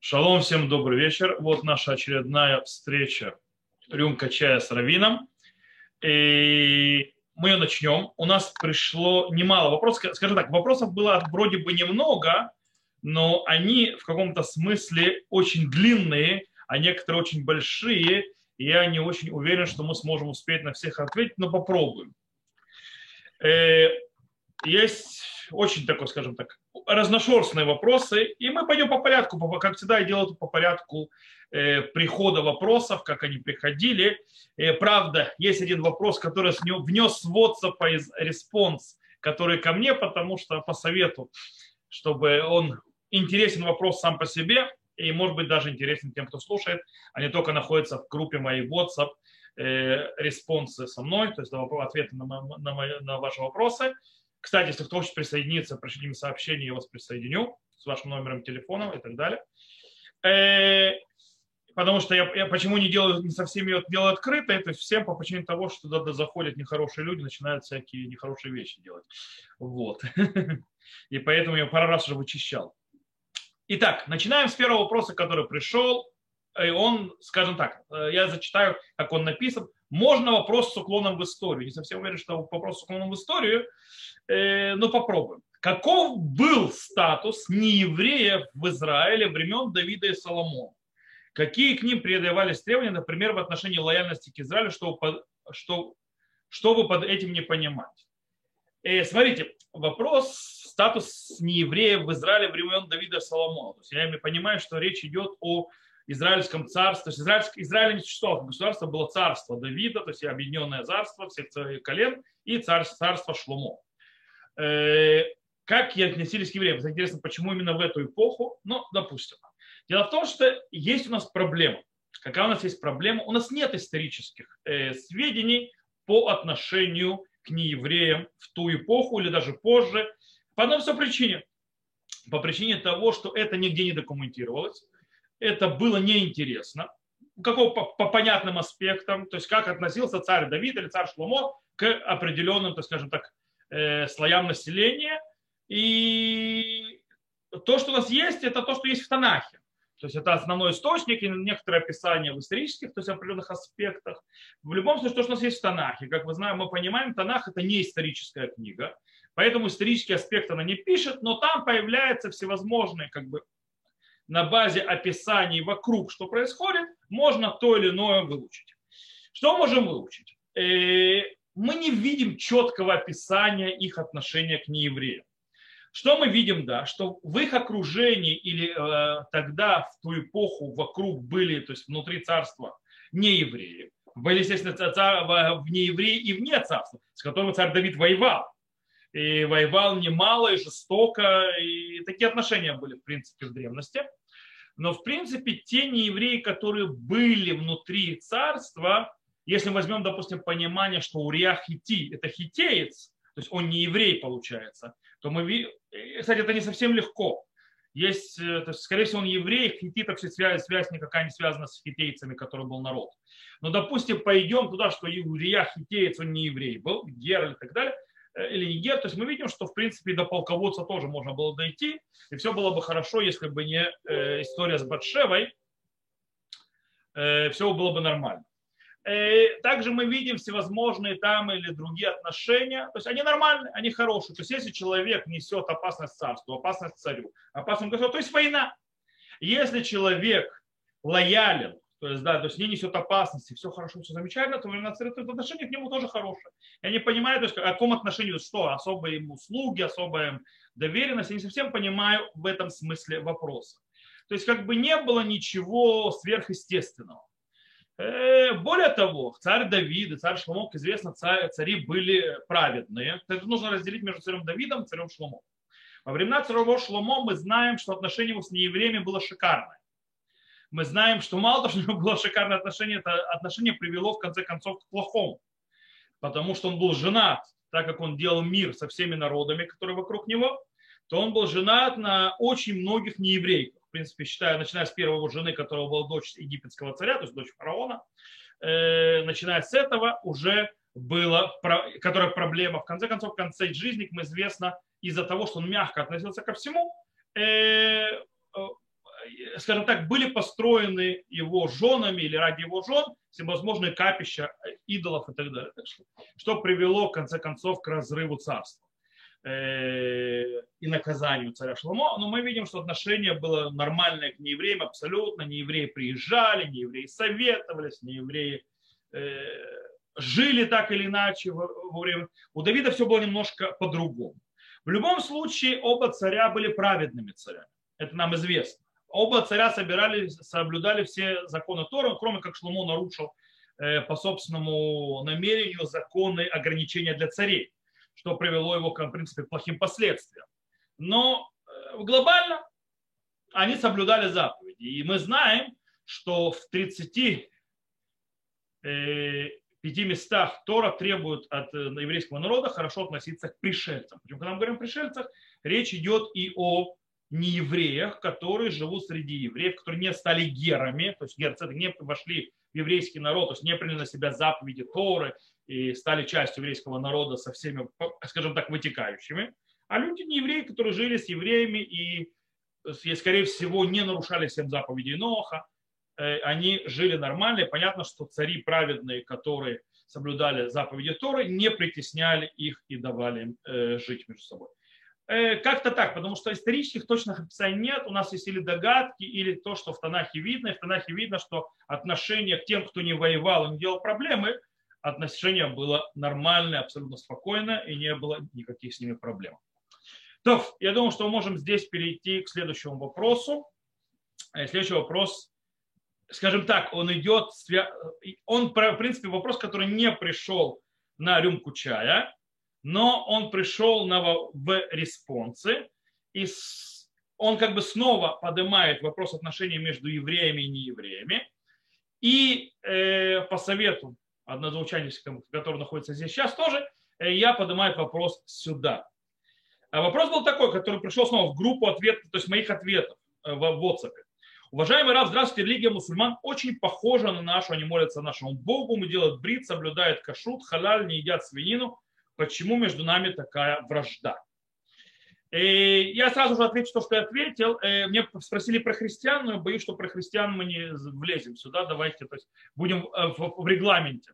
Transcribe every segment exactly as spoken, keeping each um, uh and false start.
Шалом, всем добрый вечер. Вот наша очередная встреча «Рюмка чая с раввином». И мы ее начнем. У нас пришло немало вопросов. Скажем так, вопросов было вроде бы немного, но они в каком-то смысле очень длинные, а некоторые очень большие. И я не очень уверен, что мы сможем успеть на всех ответить, но попробуем. Э, Есть очень такой, скажем так, разношерстные вопросы, и мы пойдем по порядку, как всегда я делаю по порядку э, прихода вопросов, как они приходили. Э, правда, есть один вопрос, который внес в WhatsApp из респонс, который ко мне, потому что по совету, чтобы он интересен вопрос сам по себе, и может быть даже интересен тем, кто слушает, а не только находится в группе моей WhatsApp, э, респонсы со мной, то есть ответы на, на, мои, на ваши вопросы. Кстати, если кто хочет присоединиться, пришлите мне сообщение, я вас присоединю с вашим номером телефона и так далее. Потому что я, я почему не делаю, не со всеми делаю открыто, то есть всем по причине того, что туда заходят нехорошие люди, начинают всякие нехорошие вещи делать. Вот. И поэтому я пару раз уже вычищал. Итак, начинаем с первого вопроса, который пришел. И он, скажем так, я зачитаю, как он написан. Можно вопрос с уклоном в историю. Не совсем уверен, что вопрос с уклоном в историю, но попробуем. Каков был статус неевреев в Израиле времен Давида и Соломона? Какие к ним предъявлялись требования, например, в отношении лояльности к Израилю, что, что, чтобы под этим не понимать? И смотрите, вопрос статус неевреев в Израиле времен Давида и Соломона. То есть я понимаю, что речь идет о израильском царстве. То есть израильск, Израиль не существовало как государство, было царство Давида, то есть объединенное царство всех колен и царство, царство Шломо. Как и относились к евреям? Интересно, почему именно в эту эпоху? Ну, допустим. Дело в том, что есть у нас проблема. Какая у нас есть проблема? У нас нет исторических э, сведений по отношению к неевреям в ту эпоху или даже позже. По одной все причине. По причине того, что это нигде не документировалось. Это было неинтересно. Какого, по, по понятным аспектам. То есть как относился царь Давид или царь Шломо к определенным, так скажем так, э, слоям населения. И то, что у нас есть, это то, что есть в Танахе. То есть это основной источник и некоторые описания в исторических, то есть определенных аспектах. В любом случае, то, что у нас есть в Танахе, как мы знаем, мы понимаем, Танах это не историческая книга, поэтому исторический аспект она не пишет, но там появляются всевозможные, как бы на базе описаний вокруг, что происходит, можно то или иное выучить. Что можем выучить? Мы не видим четкого описания их отношения к неевреям. Что мы видим, да, что в их окружении или э, тогда, в ту эпоху, вокруг были, то есть внутри царства, неевреи. Были, естественно, царь, вне евреи и вне царства, с которым царь Давид воевал. И воевал немало и жестоко, и такие отношения были, в принципе, в древности. Но, в принципе, те неевреи, которые были внутри царства, если мы возьмем, допустим, понимание, что Урия Хити – это хитеец, то есть он не еврей, получается, то мы видим, кстати, это не совсем легко. Есть, то есть, скорее всего, он еврей, хититов связь, связь никакая не связана с хитейцами, который был народ. Но, допустим, пойдем туда, что Урия хитеец, он не еврей был, гер и так далее, или не гер, то есть мы видим, что, в принципе, до полководца тоже можно было дойти, и все было бы хорошо, если бы не история с Батшевой, все было бы нормально. Также мы видим всевозможные там или другие отношения. То есть они нормальные, они хорошие. То есть если человек несет опасность царству, опасность царю, опасность государству, то есть война. Если человек лоялен, то есть, да, то есть не несет опасности, все хорошо, все замечательно, то отношение к нему тоже хорошее. Я не понимаю, то есть, о каком отношении, что особые им услуги, особая им доверенность. Я не совсем понимаю в этом смысле вопроса. То есть как бы не было ничего сверхъестественного. Более того, царь Давид и царь Шломо, как известно, царь, цари были праведные. Это нужно разделить между царем Давидом и царем Шломо. Во времена царя Шломо мы знаем, что отношение его с неевреями было шикарное. Мы знаем, что мало того, что у него было шикарное отношение, это отношение привело в конце концов к плохому. Потому что он был женат, так как он делал мир со всеми народами, которые вокруг него, то он был женат на очень многих нееврейках. В принципе, считаю, начиная с первой его жены, которая была дочь египетского царя, то есть дочь фараона, э, начиная с этого уже была, которая проблема. В конце концов, в конце жизни, как мы известно, из-за того, что он мягко относился ко всему, э, скажем так, были построены его женами или ради его жен всевозможные капища идолов и так далее. Что привело, в конце концов, к разрыву царства и наказанию царя Шломо. Но мы видим, что отношение было нормальное к неевреям абсолютно. Неевреи приезжали, неевреи советовались, неевреи жили так или иначе во время. У Давида все было немножко по-другому. В любом случае, оба царя были праведными царями. Это нам известно. Оба царя собирали, соблюдали все законы Торы, кроме как Шломо нарушил по собственному намерению законы ограничения для царей, что привело его, в принципе, к плохим последствиям. Но глобально они соблюдали заповеди. И мы знаем, что в тридцати пяти местах Тора требует от еврейского народа хорошо относиться к пришельцам. Причем, когда мы говорим о пришельцах, речь идет и о неевреях, которые живут среди евреев, которые не стали герами, то есть герцы не вошли в еврейский народ, то есть не приняли на себя заповеди Торы и стали частью еврейского народа со всеми, скажем так, вытекающими. А люди не евреи, которые жили с евреями и, скорее всего, не нарушали всем заповедей Ноха, они жили нормально. И понятно, что цари праведные, которые соблюдали заповеди Торы, не притесняли их и давали им жить между собой. Как-то так, потому что исторических точных описаний нет. У нас есть или догадки, или то, что в Танахе видно. И в Танахе видно, что отношение к тем, кто не воевал и не делал проблемы, отношение было нормальное, абсолютно спокойное, и не было никаких с ними проблем. То, я думаю, что мы можем здесь перейти к следующему вопросу. Следующий вопрос, скажем так, он идет, он, в принципе, вопрос, который не пришел на рюмку чая, но он пришел на, в респонсы, и он как бы снова поднимает вопрос отношений между евреями и неевреями. И э, по совету однозвучания, который находится здесь сейчас тоже, э, я поднимаю вопрос сюда. А вопрос был такой, который пришел снова в группу ответов, то есть моих ответов э, в WhatsApp. Уважаемый Рав, здравствуйте, религия мусульман очень похожа на нашу, они молятся нашему Богу, мы делают брит, соблюдают кашрут, халаль, не едят свинину. Почему между нами такая вражда? И я сразу же отвечу то, что я ответил. Мне спросили про христиан, но я боюсь, что про христиан мы не влезем сюда. Давайте, то есть, будем в, в регламенте.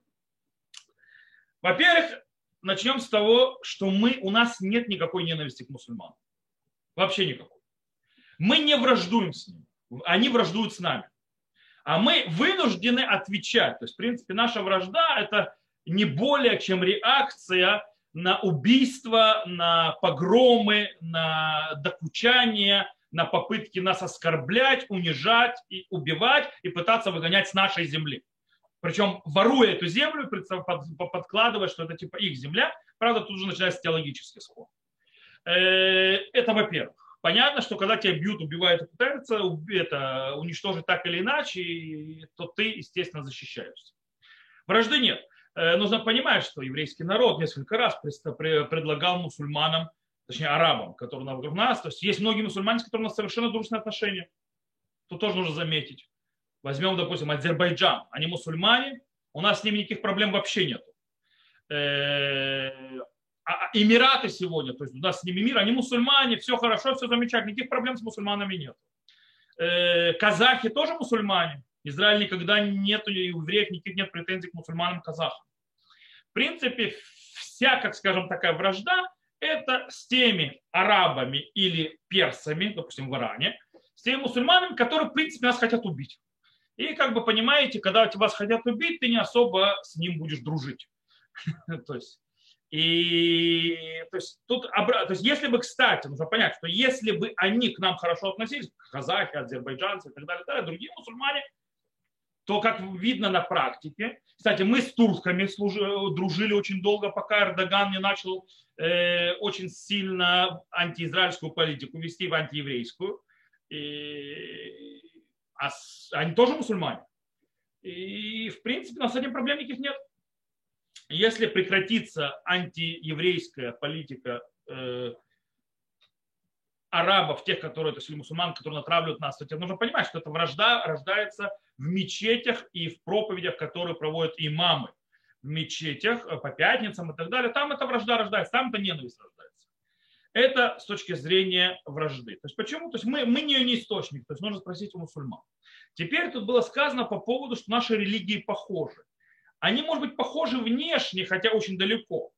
Во-первых, начнем с того, что мы, у нас нет никакой ненависти к мусульманам. Вообще никакой. Мы не враждуем с ними. Они враждуют с нами. А мы вынуждены отвечать. То есть, в принципе, наша вражда – это не более чем реакция на убийства, на погромы, на докучания, на попытки нас оскорблять, унижать и убивать и пытаться выгонять с нашей земли. Причем воруя эту землю, подкладывая, что это типа их земля. Правда, тут уже начинается теологический спор. Это во-первых. Понятно, что когда тебя бьют, убивают и пытаются это, уничтожить так или иначе, то ты, естественно, защищаешься. Вражды нет. Нужно понимать, что еврейский народ несколько раз предлагал мусульманам, точнее арабам, которые вокруг нас, то есть есть многие мусульмане, с которыми у нас совершенно дружественные отношения. Тут тоже нужно заметить. Возьмем, допустим, Азербайджан. Они мусульмане, у нас с ними никаких проблем вообще нет. Эмираты сегодня, то есть у нас с ними мир, они мусульмане, все хорошо, все замечательно, никаких проблем с мусульманами нет. Казахи тоже мусульмане. Израиль никогда нет, у евреев никаких нет претензий к мусульманам-казахам. В принципе, вся, как скажем, такая вражда, это с теми арабами или персами, допустим, в Иране, с теми мусульманами, которые, в принципе, нас хотят убить. И, как бы понимаете, когда вас хотят убить, ты не особо с ним будешь дружить. То есть, и, то есть, тут, то есть, если бы, кстати, нужно понять, что если бы они к нам хорошо относились, казахи, азербайджанцы и так далее, так далее, другие мусульмане, то, как видно на практике, кстати, мы с турками служили, дружили очень долго, пока Эрдоган не начал э, очень сильно антиизраильскую политику вести в антиеврейскую. И, а с, они тоже мусульмане. И, в принципе, у нас с этим проблем никаких нет. Если прекратится антиеврейская политика э, арабов, тех, которые, то есть мусульман, которые натравливают нас, то тебе нужно понимать, что эта вражда рождается в мечетях и в проповедях, которые проводят имамы в мечетях по пятницам и так далее. Там эта вражда рождается, там эта ненависть рождается. Это с точки зрения вражды. То есть почему? То есть мы, мы не, не источник, то есть нужно спросить у мусульман. Теперь тут было сказано по поводу, что наши религии похожи. Они, может быть, похожи внешне, хотя очень далеко.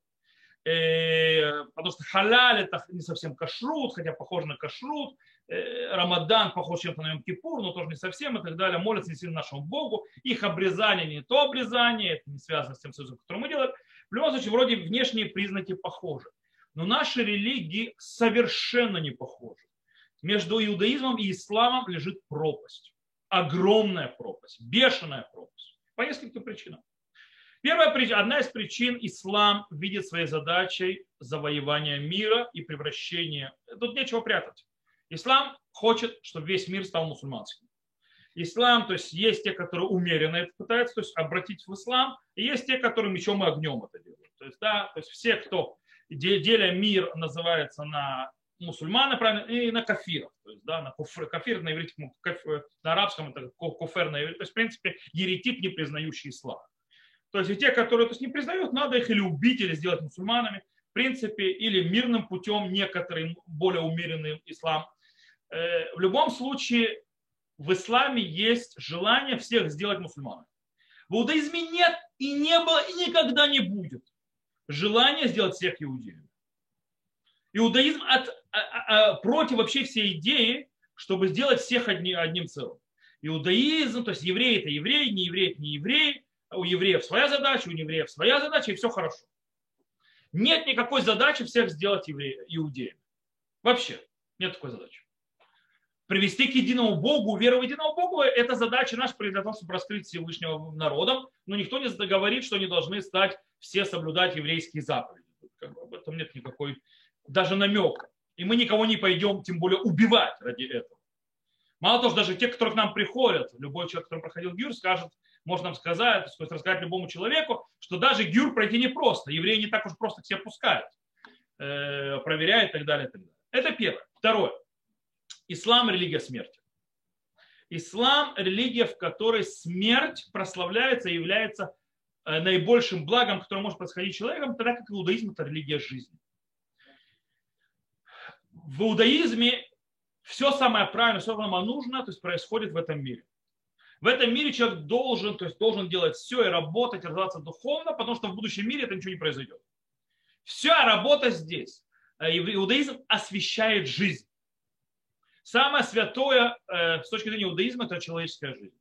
Э, потому что халяль это не совсем кашрут, хотя похоже на кашрут. Э, Рамадан похож чем-то на Йом-Кипур, но тоже не совсем и так далее. Молятся не сильно нашему Богу. Их обрезание не то обрезание, это не связано с тем союзом, который мы делаем. В любом случае, вроде внешние признаки похожи. Но наши религии совершенно не похожи. Между иудаизмом и исламом лежит пропасть. Огромная пропасть, бешеная пропасть. По нескольким причинам. Первая причина, одна из причин, ислам видит своей задачей завоевание мира и превращение. Тут нечего прятать. Ислам хочет, чтобы весь мир стал мусульманским. Ислам, то есть есть те, которые умеренно это пытаются, то есть обратить в ислам, и есть те, которые мечом и огнем это делают. То есть, да, то есть все, кто деля мир называется на мусульманы, правильно, и на кафиров. То есть, да, на куфр, кафир на иврите, на арабском это куфер на иврите. То есть, в принципе, еретик, не признающий ислам. То есть, и те, которые то есть, не признают, надо их или убить, или сделать мусульманами. В принципе, или мирным путем некоторый более умеренный ислам. В любом случае, в исламе есть желание всех сделать мусульманами. В иудаизме нет и не было, и никогда не будет желания сделать всех иудеями. Иудаизм от, а, а, против вообще всей идеи, чтобы сделать всех одни, одним целым. Иудаизм, то есть евреи это евреи, не евреи это не евреи, у евреев своя задача, у евреев своя задача, и все хорошо. Нет никакой задачи всех сделать евреи, иудеями. Вообще нет такой задачи. Привести к единому Богу, веру в единого Бога, это задача наша для того, чтобы раскрыть Всевышнего народом, но никто не говорит, что они должны стать все соблюдать еврейские заповеди. Как бы об этом нет никакой даже намека. И мы никого не пойдем, тем более, убивать ради этого. Мало того, что даже те, которые к нам приходят, любой человек, который проходил гюр, скажет, может нам сказать, рассказать любому человеку, что даже гюр пройти непросто. Евреи не так уж просто к себе пускают, э, проверяют и так далее, и так далее. Это первое. Второе. Ислам – религия смерти. Ислам – религия, в которой смерть прославляется и является наибольшим благом, которое может происходить человеком, тогда как иудаизм – это религия жизни. В иудаизме все самое правильное, все самое нужное, то есть происходит в этом мире. В этом мире человек должен, то есть должен делать все и работать, развиваться духовно, потому что в будущем мире это ничего не произойдет. Вся работа здесь. Иудаизм освещает жизнь. Самое святое э, с точки зрения иудаизма – это человеческая жизнь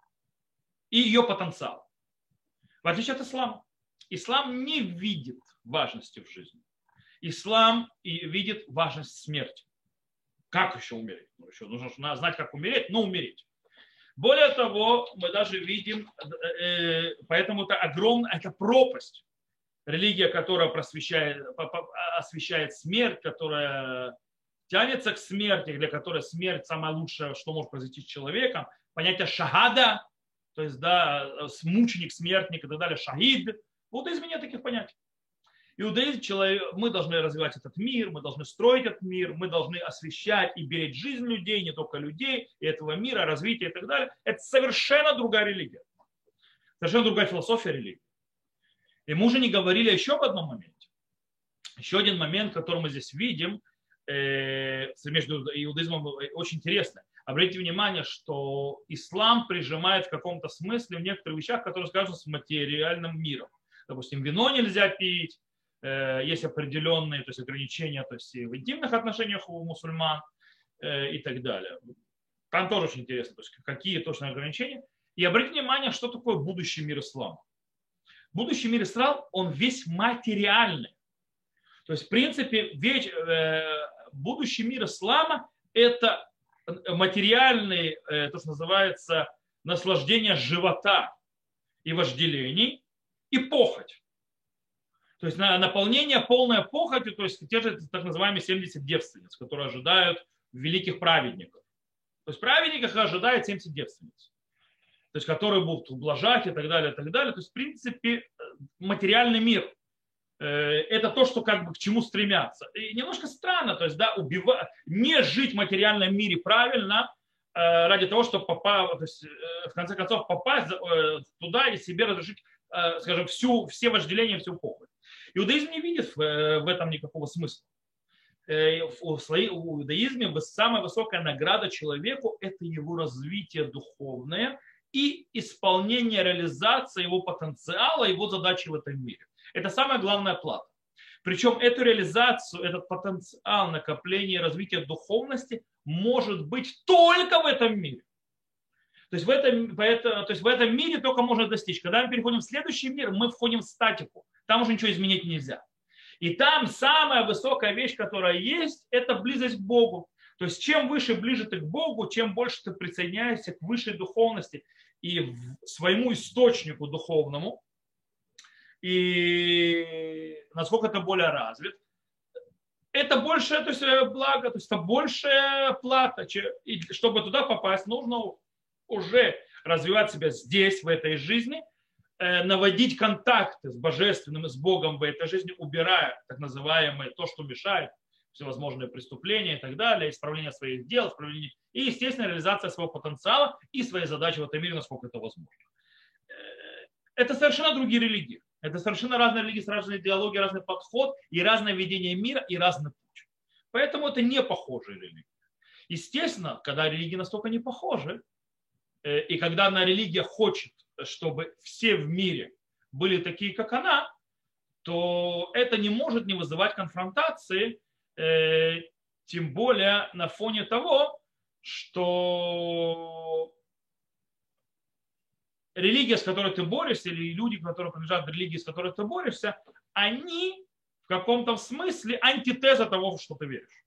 и ее потенциал. В отличие от ислама. Ислам не видит важности в жизни. Ислам и видит важность смерти. Как еще умереть? Ну, еще нужно знать, как умереть, но умереть. Более того, мы даже видим, э, поэтому это огромная, это пропасть. Религия, которая просвещает, освещает смерть, которая тянется к смерти, для которой смерть самое лучшее, что может произойти с человеком. Понятие шахада, то есть да, мученик, смертник и так далее, шахид. В иудаизме нет таких понятий. Иудаизм, человек, мы должны развивать этот мир, мы должны строить этот мир, мы должны освещать и беречь жизнь людей, не только людей, и этого мира, развития и так далее. Это совершенно другая религия. Совершенно другая философия религии. И мы уже не говорили еще об одном моменте. Еще один момент, который мы здесь видим, между иудаизмом очень интересно. Обратите внимание, что ислам прижимает в каком-то смысле в некоторых вещах, которые связаны с материальным миром. Допустим, вино нельзя пить, есть определенные то есть, ограничения то есть, в интимных отношениях у мусульман и так далее. Там тоже очень интересно, то есть, какие точные ограничения. И обратите внимание, что такое будущий мир ислама. Будущий мир ислама, он весь материальный. То есть, в принципе, ведь будущий мир ислама – это материальный, то, что называется, наслаждение живота и вожделений, и похоть. То есть наполнение полное похотью, то есть те же так называемые семьдесят девственниц, которые ожидают великих праведников. То есть праведников ожидает семьдесят девственниц, то есть которые будут ублажать и так далее, и так далее. То есть, в принципе, материальный мир. Это то, что как бы к чему стремятся. И немножко странно, то есть, да, убивать, не жить в материальном мире правильно ради того, чтобы попасть, то есть, в конце концов попасть туда и себе разрешить, скажем, всю, все вожделения, всю похоть. Иудаизм не видит в этом никакого смысла. в, своей, в иудаизме самая высокая награда человеку – это его развитие духовное и исполнение, реализация его потенциала, его задачи в этом мире. Это самая главная плата. Причем эту реализацию, этот потенциал накопления и развития духовности может быть только в этом мире. То есть в этом, то есть в этом мире только можно достичь. Когда мы переходим в следующий мир, мы входим в статику. Там уже ничего изменить нельзя. И там самая высокая вещь, которая есть, это близость к Богу. То есть чем выше, ближе ты к Богу, чем больше ты присоединяешься к высшей духовности и своему источнику духовному, и насколько это более развит, это большее, то есть, благо, то есть это большая плата. И чтобы туда попасть, нужно уже развивать себя здесь, в этой жизни, наводить контакты с Божественным и с Богом в этой жизни, убирая так называемое то, что мешает, всевозможные преступления и так далее, исправление своих дел, исправление, и, естественно, реализация своего потенциала и своей задачи в этом мире, насколько это возможно. Это совершенно другие религии. Это совершенно разные религии, с разной идеологией, разный подход и разное видение мира и разный путь. Поэтому это не похожие религии. Естественно, когда религии настолько не похожи, и когда одна религия хочет, чтобы все в мире были такие, как она, то это не может не вызывать конфронтации, тем более на фоне того, что религия, с которой ты борешься, или люди, которые принадлежат религии, с которой ты борешься, они в каком-то смысле антитеза того, в что ты веришь.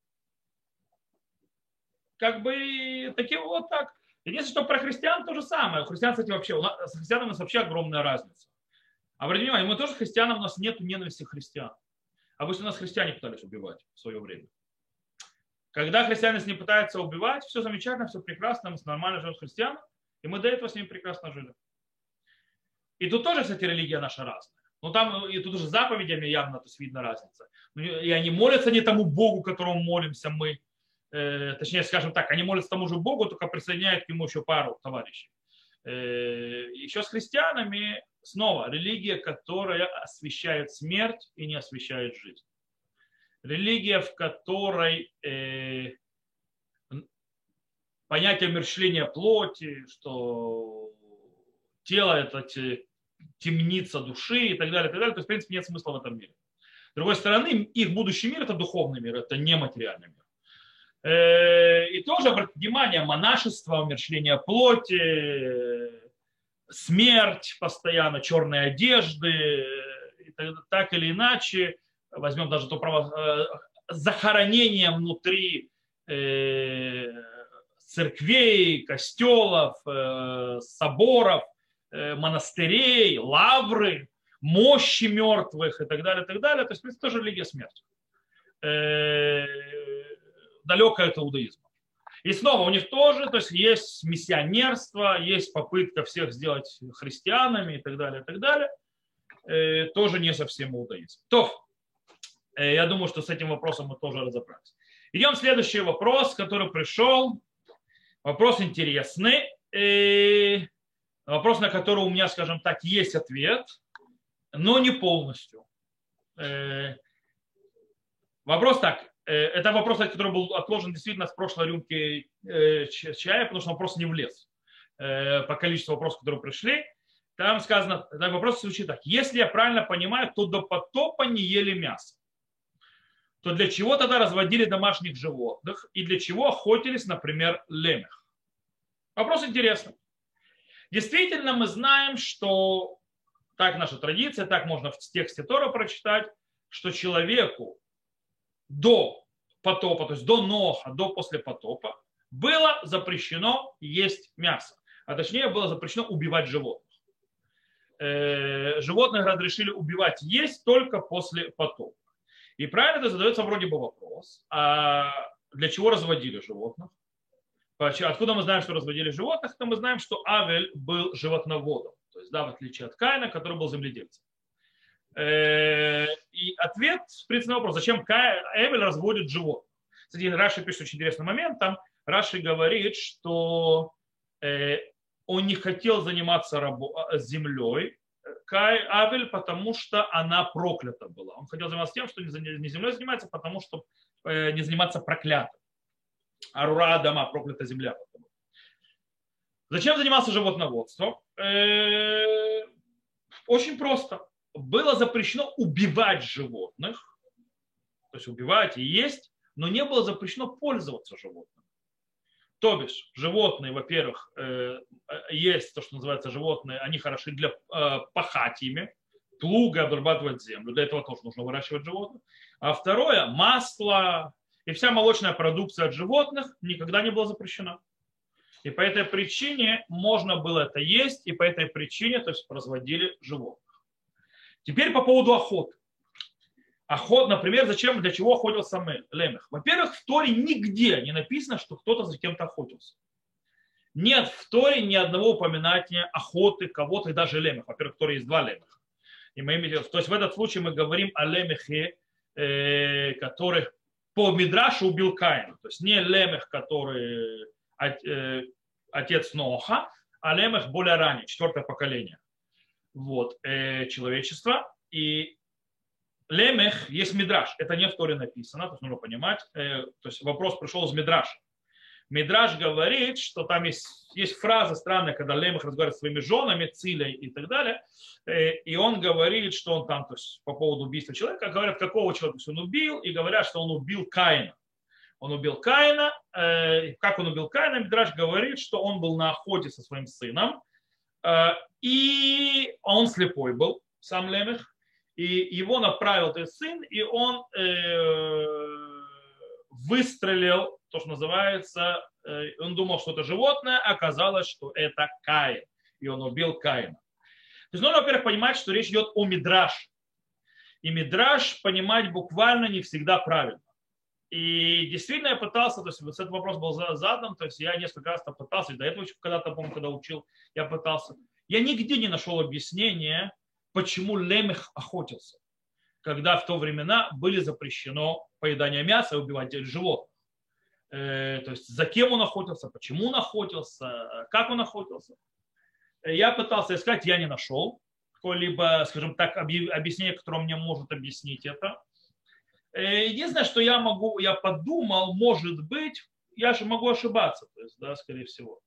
Как бы таким вот так. Единственное, что про христиан то же самое. У христиан, кстати, вообще, у нас, с христианами у нас вообще огромная разница. Обратите внимание, мы тоже христианам, у нас нет ненависти к христиан. Обычно нас христиане пытались убивать в свое время. Когда христиане с ним пытаются убивать, все замечательно, все прекрасно, мы нормально живем с христианами, и мы до этого с ними прекрасно жили. И тут тоже, кстати, религия наша разная. Но там и тут уже заповедями явно то есть, видно разница. И они молятся не тому Богу, которому молимся мы. Э, точнее, скажем так, они молятся тому же Богу, только присоединяют к нему еще пару товарищей. Э, еще с христианами снова религия, которая освящает смерть и не освящает жизнь. Религия, в которой э, понятие умерщвления плоти, что тело это темница души и так далее, и так далее. То есть, в принципе, нет смысла в этом мире. С другой стороны, их будущий мир это духовный мир, это не материальный мир. И тоже, обратите внимание, монашество, умерщвление плоти, смерть постоянно, черные одежды, так или иначе, возьмем даже то право, захоронение внутри церквей, костелов, соборов, монастырей, лавры, мощи мертвых и так далее, и так далее. То есть, в принципе, тоже религия смерти. Далекая от иудаизма. И снова у них тоже, то есть есть миссионерство, есть попытка всех сделать христианами и так далее, и так далее. Э, тоже не совсем иудаизм. То, э, я думаю, что с этим вопросом мы тоже разобрались. Идем в следующий вопрос, который пришел. Вопрос интересный. Э, вопрос, на который у меня, скажем так, есть ответ, но не полностью. Э, вопрос так. Это вопрос, который был отложен действительно с прошлой рюмки чая, потому что вопрос не влез по количеству вопросов, которые пришли. Там сказано, вопрос звучит так. Если я правильно понимаю, то до потопа не ели мясо. То для чего тогда разводили домашних животных и для чего охотились, например, лемех? Вопрос интересный. Действительно, мы знаем, что так наша традиция, так можно в тексте Тора прочитать, что человеку до потопа, то есть до Ноха, до после потопа, было запрещено есть мясо. А точнее, было запрещено убивать животных. Животных разрешили убивать, есть только после потопа. И правильно это задается вроде бы вопрос, а для чего разводили животных? Откуда мы знаем, что разводили животных? То мы знаем, что Авель был животноводом. То есть, да, в отличие от Каина, который был земледельцем. И ответ, в принципе, на вопрос, зачем Авель разводит животных. Кстати, Раши пишет очень интересный момент. Там Раши говорит, что он не хотел заниматься землей, Кай, Авель, потому что она проклята была. Он хотел заниматься тем, что не землей занимается, потому что не заниматься проклятым. Арура Адама, проклята земля. Зачем занимался животноводством? Очень просто. Было запрещено убивать животных, то есть убивать и есть, но не было запрещено пользоваться животным. То бишь, животные, во-первых, есть то, что называется животные, они хороши для пахать ими, плуга обрабатывать землю, для этого тоже нужно выращивать животных. А второе, масло и вся молочная продукция от животных никогда не была запрещена. И по этой причине можно было это есть, и по этой причине, то есть, разводили животных. Теперь по поводу охоты. Охот, например, зачем, для чего охотился Лемех? Во-первых, в Торе нигде не написано, что кто-то за кем-то охотился. Нет в Торе ни одного упоминания охоты кого-то, и даже Лемех. Во-первых, в Торе есть два Лемеха. И мы имеем, то есть в этот случай мы говорим о Лемехе, э, который по Мидрашу убил Каина. То есть не Лемех, который э, отец Ноха, а Лемех более ранний, четвертое поколение вот, э, человечества. И Лемех есть Мидраш, это не в Торе написано, то есть нужно понимать. Э, то есть вопрос пришел из Мидраша. Мидраш говорит, что там есть, есть фраза странная, когда Лемех разговаривает со своими женами, Цилей и так далее, э, и он говорит, что он там, то есть по поводу убийства человека, говорят, какого человека он убил, и говорят, что он убил Каина. Он убил Каина. Э, как он убил Каина? Мидраш говорит, что он был на охоте со своим сыном, э, и он слепой был, сам Лемех, и его направил этот сын, и он э, выстрелил, то, что называется, э, он думал, что это животное, а оказалось, что это Каин, и он убил Каина. То есть нужно, во-первых, понимать, что речь идет о Мидраш. И Мидраш понимать буквально не всегда правильно. И действительно я пытался, то есть вот этот вопрос был задан, то есть я несколько раз пытался, до этого когда-то, помню, когда учил, я пытался. Я нигде не нашел объяснения, почему Лемех охотился, когда в то времена были запрещено поедание мяса и убивать животных. Э, то есть за кем он охотился, почему он охотился, как он охотился. Я пытался искать, я не нашел какое-либо, скажем так, объяснение, которое мне может объяснить это. Единственное, что я могу, я подумал, может быть, я же могу ошибаться, то есть, да, скорее всего,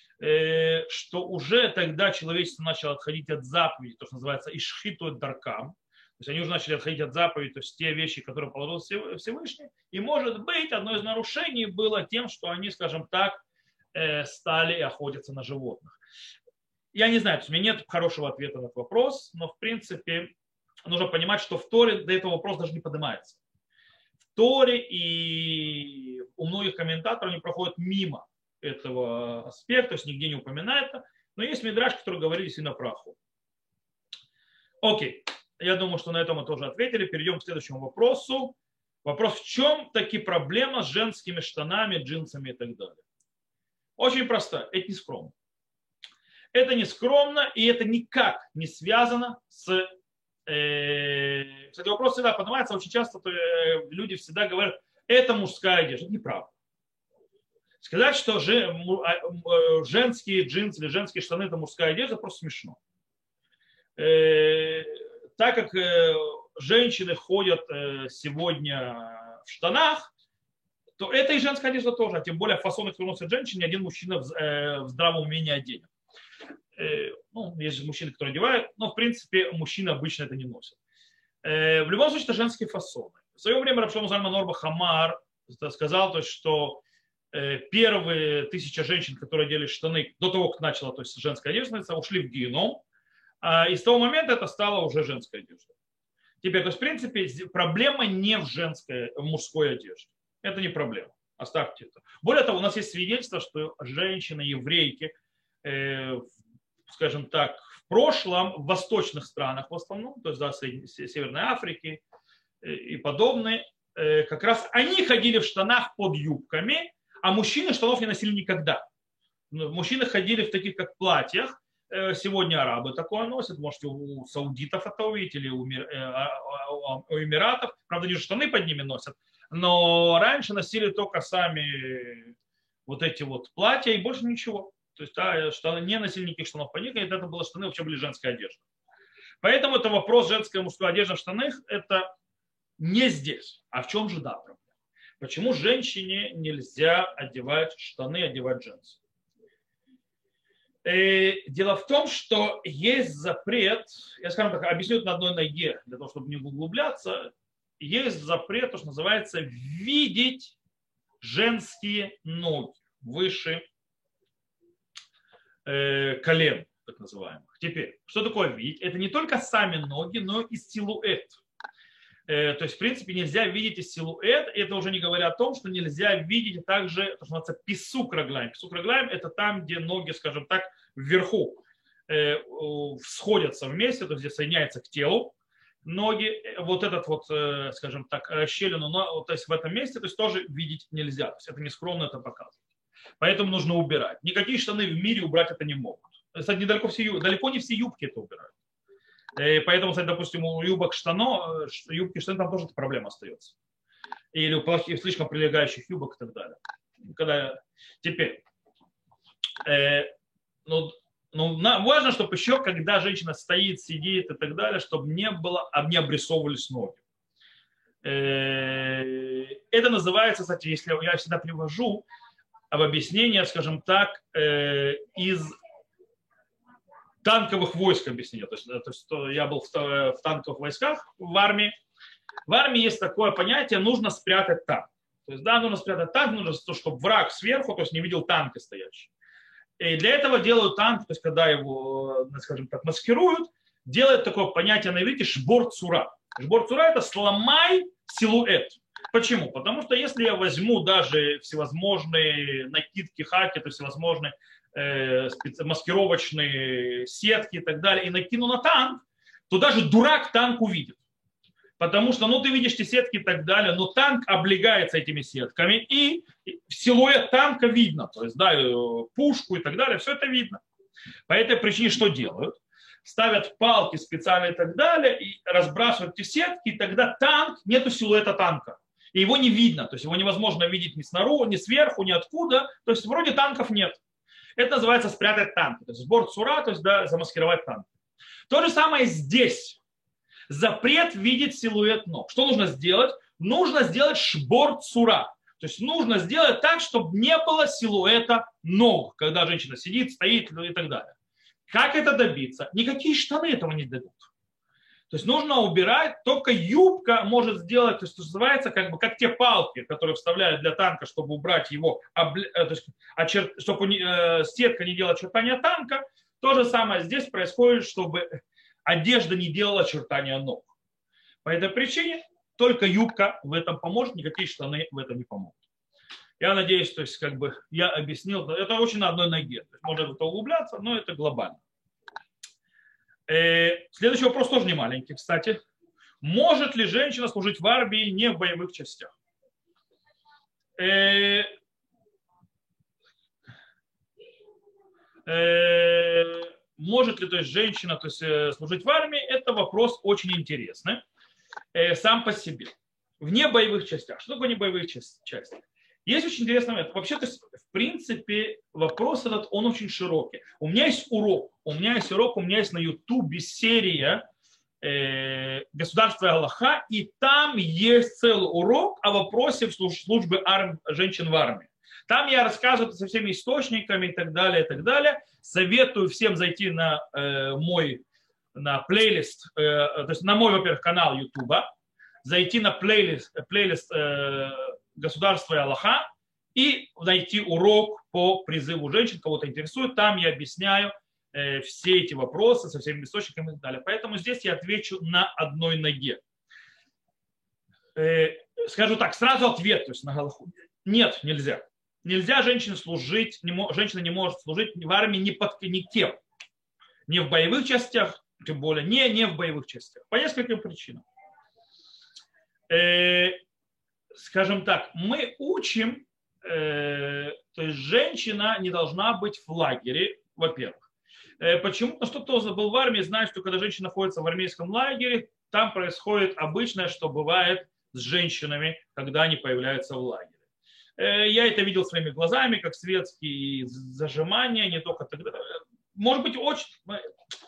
что уже тогда человечество начало отходить от заповедей, то, что называется ишхиту даркам, то есть они уже начали отходить от заповедей, то есть те вещи, которые положил Всевышний, и может быть, одно из нарушений было тем, что они, скажем так, стали охотиться на животных. Я не знаю, то есть у меня нет хорошего ответа на этот вопрос, но в принципе нужно понимать, что в Торе до этого вопрос даже не поднимается. В Торе и у многих комментаторов они проходят мимо этого аспекта, то есть нигде не упоминается, но есть мидраш, который говорит действительно про охоту. Окей, я думаю, что на этом мы тоже ответили. Перейдем к следующему вопросу. Вопрос, в чем таки проблема с женскими штанами, джинсами и так далее? Очень просто, это не скромно. Это не скромно, и это никак не связано с... Кстати, вопрос всегда поднимается, очень часто люди всегда говорят, это мужская одежда. Это неправда. Сказать, что женские джинсы или женские штаны это мужская одежда, просто смешно. Так как женщины ходят сегодня в штанах, то это и женская одежда тоже, а тем более фасоны, которые носят женщины, ни один мужчина в здравом уме не оденет. Ну, есть же мужчины, которые одевают, но в принципе мужчины обычно это не носят. В любом случае это женские фасоны. В свое время Рав Шломо Зальман Орбах Хамар сказал, то есть, что первые тысяча женщин, которые одели штаны до того, как начала то есть, женская одежда, ушли в геном, а и с того момента это стало уже женская одежда. Теперь, то есть в принципе проблема не в женской, в мужской одежде. Это не проблема. Оставьте это. Более того, у нас есть свидетельство, что женщины-еврейки, э, скажем так, в прошлом в восточных странах в основном, то есть да, Северной Африки и подобные, как раз они ходили в штанах под юбками, а мужчины штанов не носили никогда. Мужчины ходили в таких как платьях. Сегодня арабы такое носят, можете у саудитов это увидеть или у эмиратов. Правда, они же штаны под ними носят, но раньше носили только сами вот эти вот платья и больше ничего. То есть да, штаны, не носили никаких штанов по них, и это было штаны, вообще были женская одежда. Поэтому это вопрос женской и мужской одежды в штанах, это не здесь. А в чем же да проблема? Почему женщине нельзя одевать штаны, одевать джинсы? И дело в том, что есть запрет, я, скажем так, объясню это на одной ноге, для того, чтобы не углубляться, есть запрет, то, что называется, видеть женские ноги выше э, колен, так называемых. Теперь, что такое видеть? Это не только сами ноги, но и силуэт. Э, то есть, в принципе, нельзя видеть и силуэт. Это уже не говоря о том, что нельзя видеть также, то, что называется, писук раглаем. Писук раглаем – это там, где ноги, скажем так, вверху э, сходятся вместе, то есть, где соединяются к телу ноги. Вот этот вот, э, скажем так, расщелину, но, то есть, в этом месте, то есть, тоже видеть нельзя. То есть, это нескромно это показывает. Поэтому нужно убирать. Никакие штаны в мире убрать это не могут. Кстати, недалеко все, далеко не все юбки это убирают. И поэтому, кстати, допустим, у юбок штано, юбки штаны там тоже эта проблема остается. Или у плохих, слишком прилегающих юбок и так далее. Когда... Теперь, э, ну, ну, важно, чтобы еще, когда женщина стоит, сидит и так далее, чтобы не было, не обрисовывались ноги. Э, это называется, кстати, если я всегда привожу об объяснении, скажем так, э, из танковых войск объяснение. То есть, то есть я был в, в танковых войсках в армии. В армии есть такое понятие, нужно спрятать танк. То есть, да, нужно спрятать танк, нужно, чтобы враг сверху, то есть не видел танка стоящий. И для этого делают танк, то есть когда его, скажем так, маскируют, делают такое понятие на иврите шбор цура. Шбор цура – это сломай силуэт. Почему? Потому что если я возьму даже всевозможные накидки, хаки, то всевозможные э, маскировочные сетки и так далее, и накину на танк, то даже дурак танк увидит. Потому что, ну, ты видишь эти сетки и так далее, но танк облегается этими сетками, и силуэт танка видно. То есть, да, пушку и так далее, все это видно. По этой причине что делают? Ставят палки специально и так далее, и разбрасывают эти сетки, и тогда танк, нету силуэта танка. И его не видно, то есть его невозможно видеть ни снаружи, ни сверху, ни откуда. То есть вроде танков нет. Это называется спрятать танк. То есть сбор цура, то есть да, замаскировать танк. То же самое здесь. Запрет видеть силуэт ног. Что нужно сделать? Нужно сделать шбор цура. То есть нужно сделать так, чтобы не было силуэта ног, когда женщина сидит, стоит и так далее. Как это добиться? Никакие штаны этого не дадут. То есть нужно убирать, только юбка может сделать, то есть называется как бы как те палки, которые вставляют для танка, чтобы убрать его, то есть, чтобы сетка не делала очертания танка. То же самое здесь происходит, чтобы одежда не делала очертания ног. По этой причине только юбка в этом поможет, никакие штаны в этом не помогут. Я надеюсь, то есть как бы я объяснил, это очень на одной ноге. То есть можно в это углубляться, но это глобально. Следующий вопрос тоже не маленький, кстати. Может ли женщина служить в армии не в боевых частях? Может ли то есть, женщина то есть, служить в армии? Это вопрос очень интересный сам по себе. В небоевых частях. Что такое небоевые части? Есть очень интересный момент. Вообще, то есть, в принципе, вопрос этот, он очень широкий. У меня есть урок. У меня есть урок, у меня есть на Ютубе серия э, «Государство и Аллаха», и там есть целый урок о вопросе службы арм... женщин в армии. Там я рассказываю со всеми источниками и так далее, и так далее. Советую всем зайти на э, мой на плейлист, э, то есть на мой, во-первых, канал Ютуба, зайти на плейлист, плейлист э, «Государство и Аллаха» и найти урок по призыву женщин, кого-то интересует. Там я объясняю э, все эти вопросы со всеми источниками и так далее. Поэтому здесь я отвечу на одной ноге. Э, скажу так, сразу ответ, то есть на Галаху. Нет, нельзя. Нельзя женщине служить, не, женщина не может служить в армии ни под никем. Не в боевых частях, тем более не, не в боевых частях. По нескольким причинам. Э, скажем так, мы учим, э, то есть женщина не должна быть в лагере, во-первых. Э, почему? Потому что кто был в армии, знает, что когда женщина находится в армейском лагере, там происходит обычное, что бывает с женщинами, когда они появляются в лагере. Э, я это видел своими глазами, как светские зажимания, не только тогда. Может быть, очень...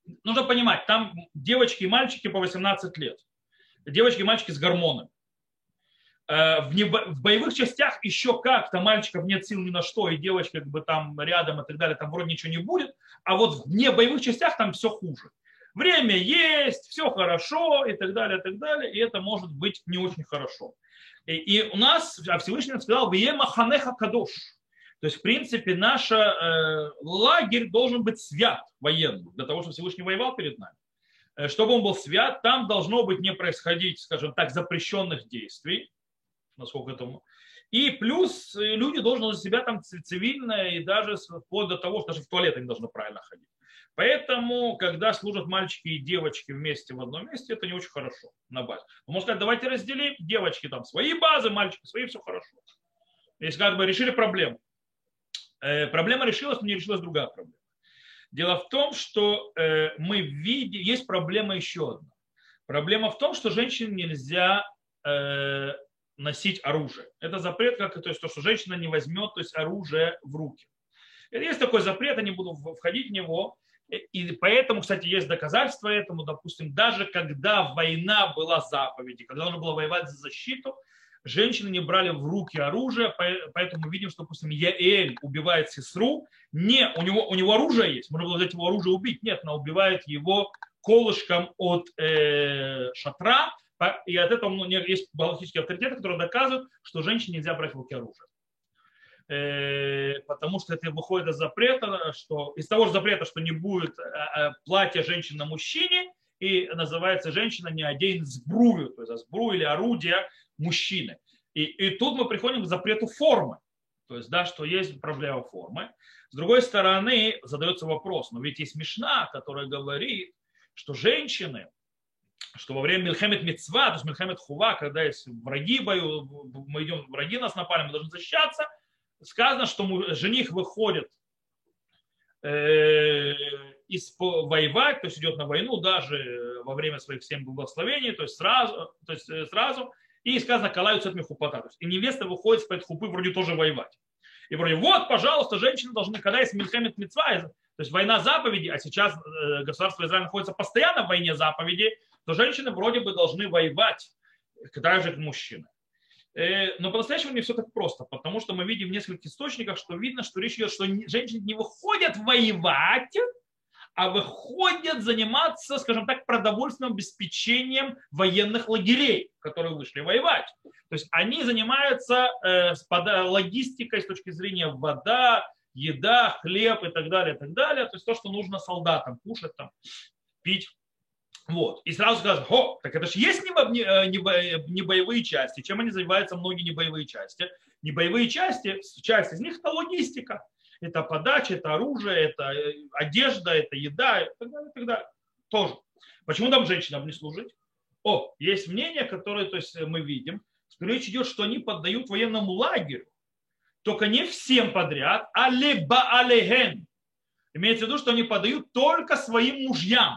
нужно понимать, там девочки и мальчики по восемнадцать лет. Девочки и мальчики с гормонами. В, не, в боевых частях еще как-то мальчиков нет сил ни на что, и девочка как бы там рядом и так далее, там вроде ничего не будет, а вот в не боевых частях там все хуже. Время есть, все хорошо и так далее, и так далее, и это может быть не очень хорошо. И, и у нас, а Всевышний сказал, «Виема ханеха кадош». То есть, в принципе, наш э, лагерь должен быть свят военный, для того, чтобы Всевышний воевал перед нами. Чтобы он был свят, там должно быть не происходить, скажем так, запрещенных действий, насколько это... И плюс люди должны за себя там цивильно, и даже вплоть до того, что даже в туалет они должны правильно ходить. Поэтому, когда служат мальчики и девочки вместе в одном месте, это не очень хорошо на базе. Но можно сказать, давайте разделим, девочки там свои базы, мальчики свои, все хорошо. Если как бы решили проблему. Э, проблема решилась, но не решилась другая проблема. Дело в том, что э, мы видим, есть проблема еще одна. Проблема в том, что женщине нельзя э, носить оружие. Это запрет, как, то есть то, что женщина не возьмет, то есть оружие в руки. Есть такой запрет, я не буду входить в него. И поэтому, кстати, есть доказательства этому. Допустим, даже когда война была заповедью, когда нужно было воевать за защиту, женщины не брали в руки оружие, поэтому мы видим, что, допустим, Яэль убивает сестру. Не, у него, у него оружие есть, можно было взять его оружие и убить. Нет, она убивает его колышком от э, шатра, и от этого ну, есть галактические авторитеты, которые доказывают, что женщине нельзя брать в руки оружие. Потому что это выходит из запрета, что из того же запрета, что не будет платья женщины на мужчине, и называется женщина не одень сбрую, то есть сбрую или орудие мужчины. И, и тут мы приходим к запрету формы, то есть да, что есть проблема формы. С другой стороны задается вопрос, но ведь есть Мишна, которая говорит, что женщины, что во время Милхемет Мицва, то есть Милхемет Хува, когда есть враги бою, мы идем, враги нас напали, мы должны защищаться, сказано, что жених выходит э, из, воевать, то есть идет на войну даже во время своих семь благословений, то есть сразу, то есть сразу и сказано «калаются от мехупата». То есть и невеста выходит из-под хупы вроде тоже воевать. И вроде вот, пожалуйста, женщины должны, когда есть Милхемет Мицва, то есть война заповеди, а сейчас государство Израиль находится постоянно в войне заповеди, то женщины вроде бы должны воевать, когда же мужчины. Но по-настоящему не все так просто, потому что мы видим в нескольких источниках, что видно, что речь идет, что женщины не выходят воевать, а выходят заниматься, скажем так, продовольственным обеспечением военных лагерей, которые вышли воевать. То есть они занимаются логистикой с точки зрения вода, еда, хлеб и так далее, и так далее. То есть то, что нужно солдатам кушать, там, пить. Вот. И сразу скажут, о, так это же есть не боевые части. Чем они занимаются, многие небоевые части? Небоевые части, часть из них это логистика. Это подача, это оружие, это одежда, это еда и так далее, и так далее. Тоже. Почему там женщинам не служить? О, есть мнение, которое то есть, мы видим, что речь идет, что они поддают военному лагерю. Только не всем подряд, а леба алеген. Имеется в виду, что они подают только своим мужьям.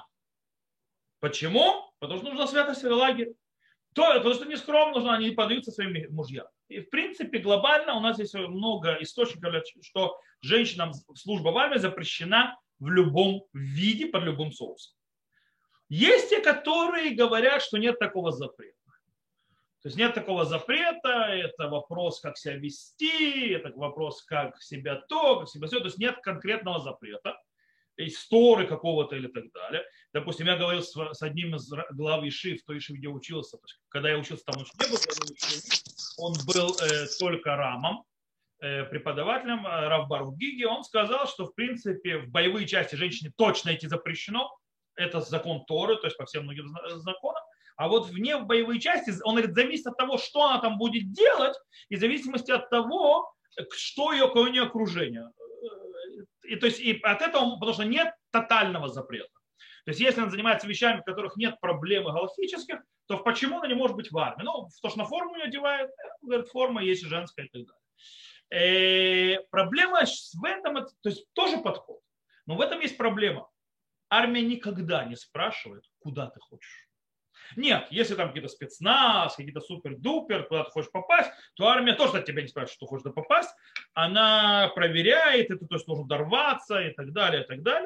Почему? Потому что нужна святость в лагере. То, потому что не скромно нужно, они подаются своим мужьям. И в принципе глобально у нас есть много источников, что женщинам служба в армии запрещена в любом виде, под любым соусом. Есть те, которые говорят, что нет такого запрета. То есть нет такого запрета, это вопрос, как себя вести, это вопрос, как себя то, как себя все. То есть нет конкретного запрета. Из Торы какого-то или так далее. Допустим, я говорил с, с одним из глав Ешив, в той Ешиве, где учился. То есть, когда я учился, там он не был главой Ешивы. Он был э, только рамом, э, преподавателем, э, Рав Барух Гиги. Он сказал, что в принципе в боевые части женщине точно идти запрещено. Это закон Торы, то есть по всем многим законам. А вот вне в боевые части, он говорит, зависит от того, что она там будет делать, и в зависимости от того, что ее, какое у нее окружение. И, то есть, и от этого, потому что нет тотального запрета. То есть, если она занимается вещами, в которых нет проблемы галактических, то почему она не может быть в армии? Ну, то, что на форму не одевает, говорит, форма есть и женская и так далее. И проблема в этом, то есть тоже подход. Но в этом есть проблема. Армия никогда не спрашивает, куда ты хочешь. Нет, если там какие-то спецназ, какие-то супер-дупер, куда ты хочешь попасть, то армия тоже от тебя не спрашивает, что хочешь туда попасть. Она проверяет, и ты то есть, должен дорваться и так далее, и так далее.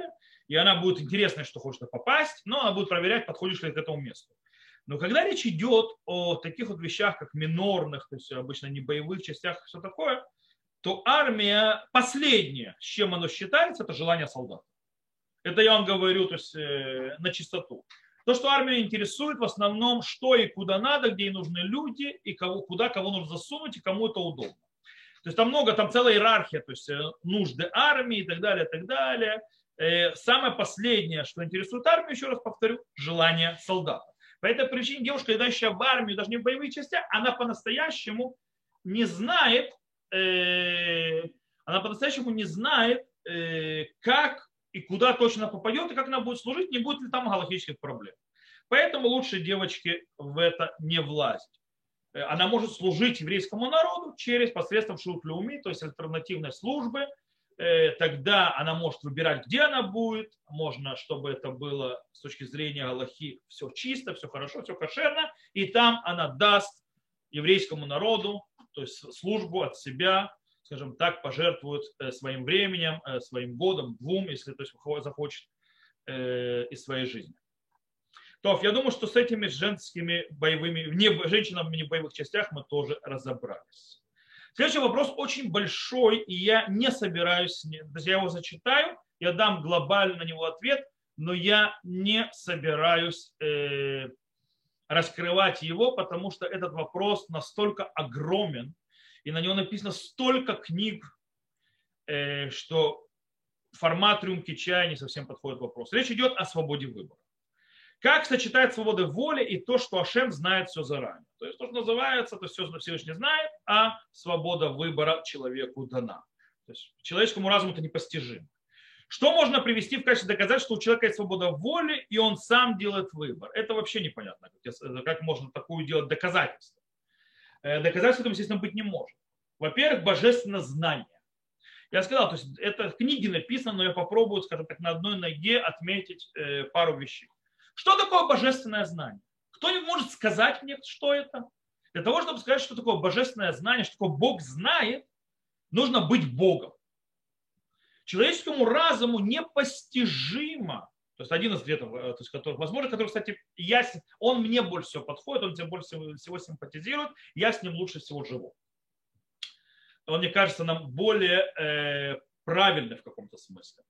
и она будет интересно, что хочет попасть, но она будет проверять, подходишь ли ты к этому месту. Но когда речь идет о таких вот вещах, как минорных, то есть обычно не боевых частях, все такое, то армия последняя, с чем оно считается, это желание солдата. Это я вам говорю, то есть, э, на чистоту. То, что армию интересует в основном, что и куда надо, где ей нужны люди, и кого, куда кого нужно засунуть, и кому это удобно. То есть там много, там целая иерархия, то есть э, нужды армии и так далее, и так далее. Э, самое последнее, что интересует армию, еще раз повторю, желание солдата. По этой причине девушка, идущая в армию, даже не в боевые части, она по-настоящему не знает, э, она по-настоящему не знает, э, как и куда точно попадет, и как она будет служить, не будет ли там галактических проблем. Поэтому лучше девочке в это не влазить. Она может служить еврейскому народу через посредством шут-леуми, то есть альтернативной службы. Тогда она может выбирать, где она будет. Можно, чтобы это было с точки зрения галахи все чисто, все хорошо, все кошерно. И там она даст еврейскому народу, то есть службу от себя, скажем так, пожертвует своим временем, своим годом, двум, если то есть, захочет, из своей жизни. То, я думаю, что с этими женскими боевыми, не, женщинами в боевых частях мы тоже разобрались. Следующий вопрос очень большой, и я не собираюсь, я его зачитаю, я дам глобально на него ответ, но я не собираюсь э, раскрывать его, потому что этот вопрос настолько огромен, и на него написано столько книг, э, что формат рюмки чая не совсем подходит вопрос. Речь идет о свободе выбора. Как сочетать свободу воли и то, что Ашем знает все заранее. То есть то, что называется, то есть все Всевышний знает, а свобода выбора человеку дана. То есть человеческому разуму это непостижимо. Что можно привести в качестве доказательства, что у человека есть свобода воли, и он сам делает выбор? Это вообще непонятно, как можно такую делать доказательство. Доказательства этому, естественно, быть не может. Во-первых, божественное знание. Я сказал, то есть это в книге написано, но я попробую, скажем так, на одной ноге отметить пару вещей. Что такое божественное знание? Кто-нибудь может сказать мне, что это? Для того, чтобы сказать, что такое божественное знание, что такое Бог знает, нужно быть Богом. Человеческому разуму непостижимо, то есть один из ответов, то есть, который, возможно, который, кстати, я, он мне больше всего подходит, он мне больше всего симпатизирует, я с ним лучше всего живу. Он, мне кажется, нам более э, правильный в каком-то смысле.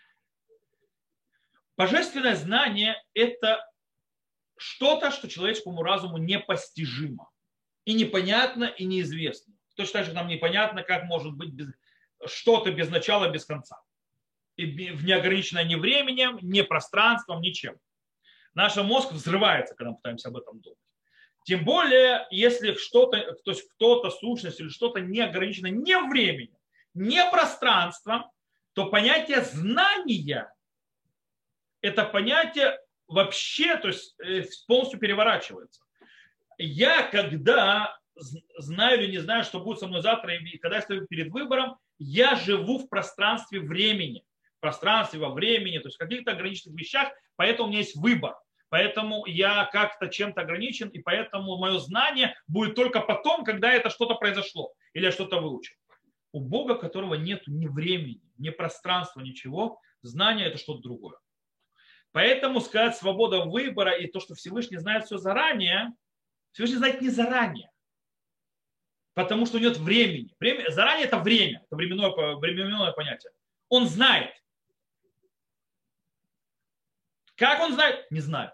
Божественное знание – это что-то, что человеческому разуму непостижимо. И непонятно, и неизвестно. Точно так же нам непонятно, как может быть без, что-то без начала, без конца. И в неограниченное ни временем, ни пространством, ничем. Наш мозг взрывается, когда мы пытаемся об этом думать. Тем более, если что-то, то есть кто-то, сущность или что-то не ограничено ни временем, ни пространством, то понятие знания – это понятие вообще, то есть полностью переворачивается. Я, когда знаю или не знаю, что будет со мной завтра, и когда я стою перед выбором, я живу в пространстве времени, в пространстве во времени, то есть в каких-то ограниченных вещах, поэтому у меня есть выбор. Поэтому я как-то чем-то ограничен, и поэтому мое знание будет только потом, когда это что-то произошло, или я что-то выучил. У Бога, которого нет ни времени, ни пространства, ничего, знание – это что-то другое. Поэтому сказать свобода выбора и то, что Всевышний знает все заранее, Всевышний знает не заранее, потому что нет времени. Время, заранее это время, это временное, временное понятие. Он знает. Как он знает? Не знаю.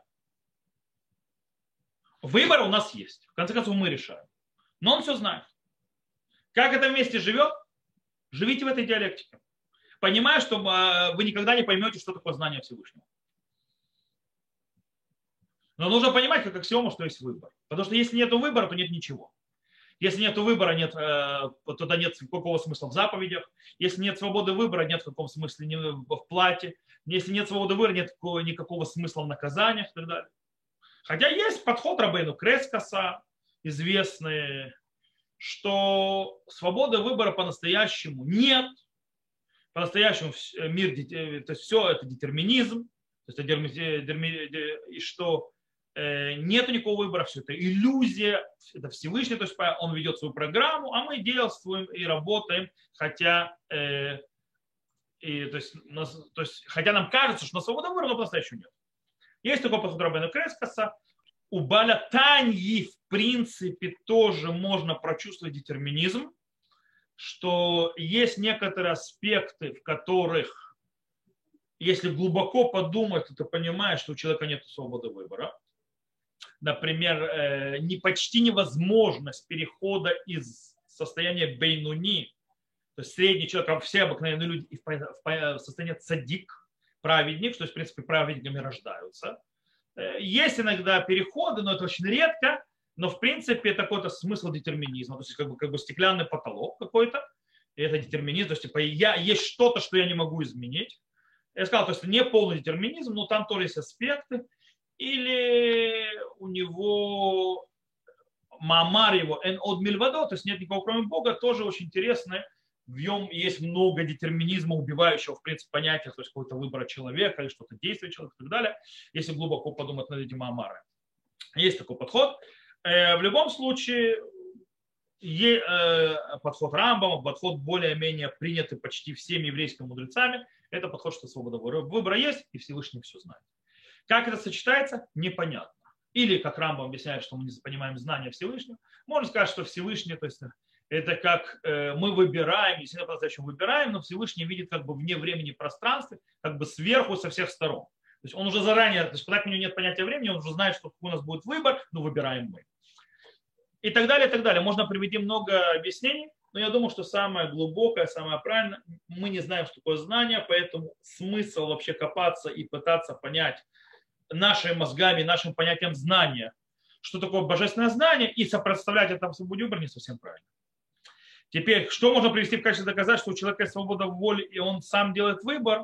Выбор у нас есть. В конце концов, мы решаем. Но он все знает. Как это вместе живет? Живите в этой диалектике. Понимая, что вы никогда не поймете, что такое знание Всевышнего. Но нужно понимать, как аксиому, что есть выбор. Потому что если нет выбора, то нет ничего. Если нет выбора, нет, тогда нет какого смысла в заповедях. Если нет свободы выбора, нет в каком смысле в плате. Если нет свободы выбора, нет никакого смысла в наказаниях и так далее. Хотя есть подход Рабейну Крескаса, известный, что свободы выбора по-настоящему нет. По-настоящему мир, то есть все это детерминизм. То есть, и что нет никакого выбора, все это иллюзия, это Всевышний, то есть он ведет свою программу, а мы действуем и работаем, хотя э, И, то есть, нас, то есть, хотя нам кажется, что на свобода выбора, но по-настоящему нет. Есть такой подход Рабейну Крескаса. У Бааля Таньи, в принципе, тоже можно прочувствовать детерминизм, что есть некоторые аспекты, в которых, если глубоко подумать, то ты понимаешь, что у человека нет свободы выбора. Например, не, почти невозможность перехода из состояния бейнуни, то есть средний человек, а все обыкновенные люди, в состояние цадик, праведник, то есть, в принципе, праведниками рождаются. Есть иногда переходы, но это очень редко, но, в принципе, это какой-то смысл детерминизма, то есть, как бы, как бы стеклянный потолок какой-то, и это детерминизм, то есть, типа, я, есть что-то, что я не могу изменить. Я сказал, то есть, не полный детерминизм, но там тоже есть аспекты, или у него Маамар его эн од мильвадо, то есть нет никого кроме Бога, тоже очень интересное. В нем есть много детерминизма, убивающего, в принципе, понятия, то есть какого-то выбора человека или что-то действия человека и так далее, если глубоко подумать над этим Маамаром. Есть такой подход. В любом случае, подход Рамбама, подход более-менее принятый почти всеми еврейскими мудрецами, это подход, что свобода выбора есть, и Всевышний все знает. Как это сочетается, непонятно. Или, как Рамбам объясняет, что мы не понимаем знания Всевышнего, можно сказать, что Всевышний, то есть это как мы выбираем, если мы по-настоящему выбираем, но Всевышний видит как бы вне времени и пространства, как бы сверху со всех сторон. То есть он уже заранее, то есть пока у него нет понятия времени, он уже знает, что какой у нас будет выбор, но выбираем мы. И так далее, и так далее. Можно привести много объяснений, но я думаю, что самое глубокое, самое правильное, мы не знаем, что такое знание, поэтому смысл вообще копаться и пытаться понять нашими мозгами, нашим понятием знания, что такое божественное знание, и сопоставлять это в свободе выбора не совсем правильно. Теперь, что можно привести в качестве доказательства, что у человека есть свобода воли, и он сам делает выбор?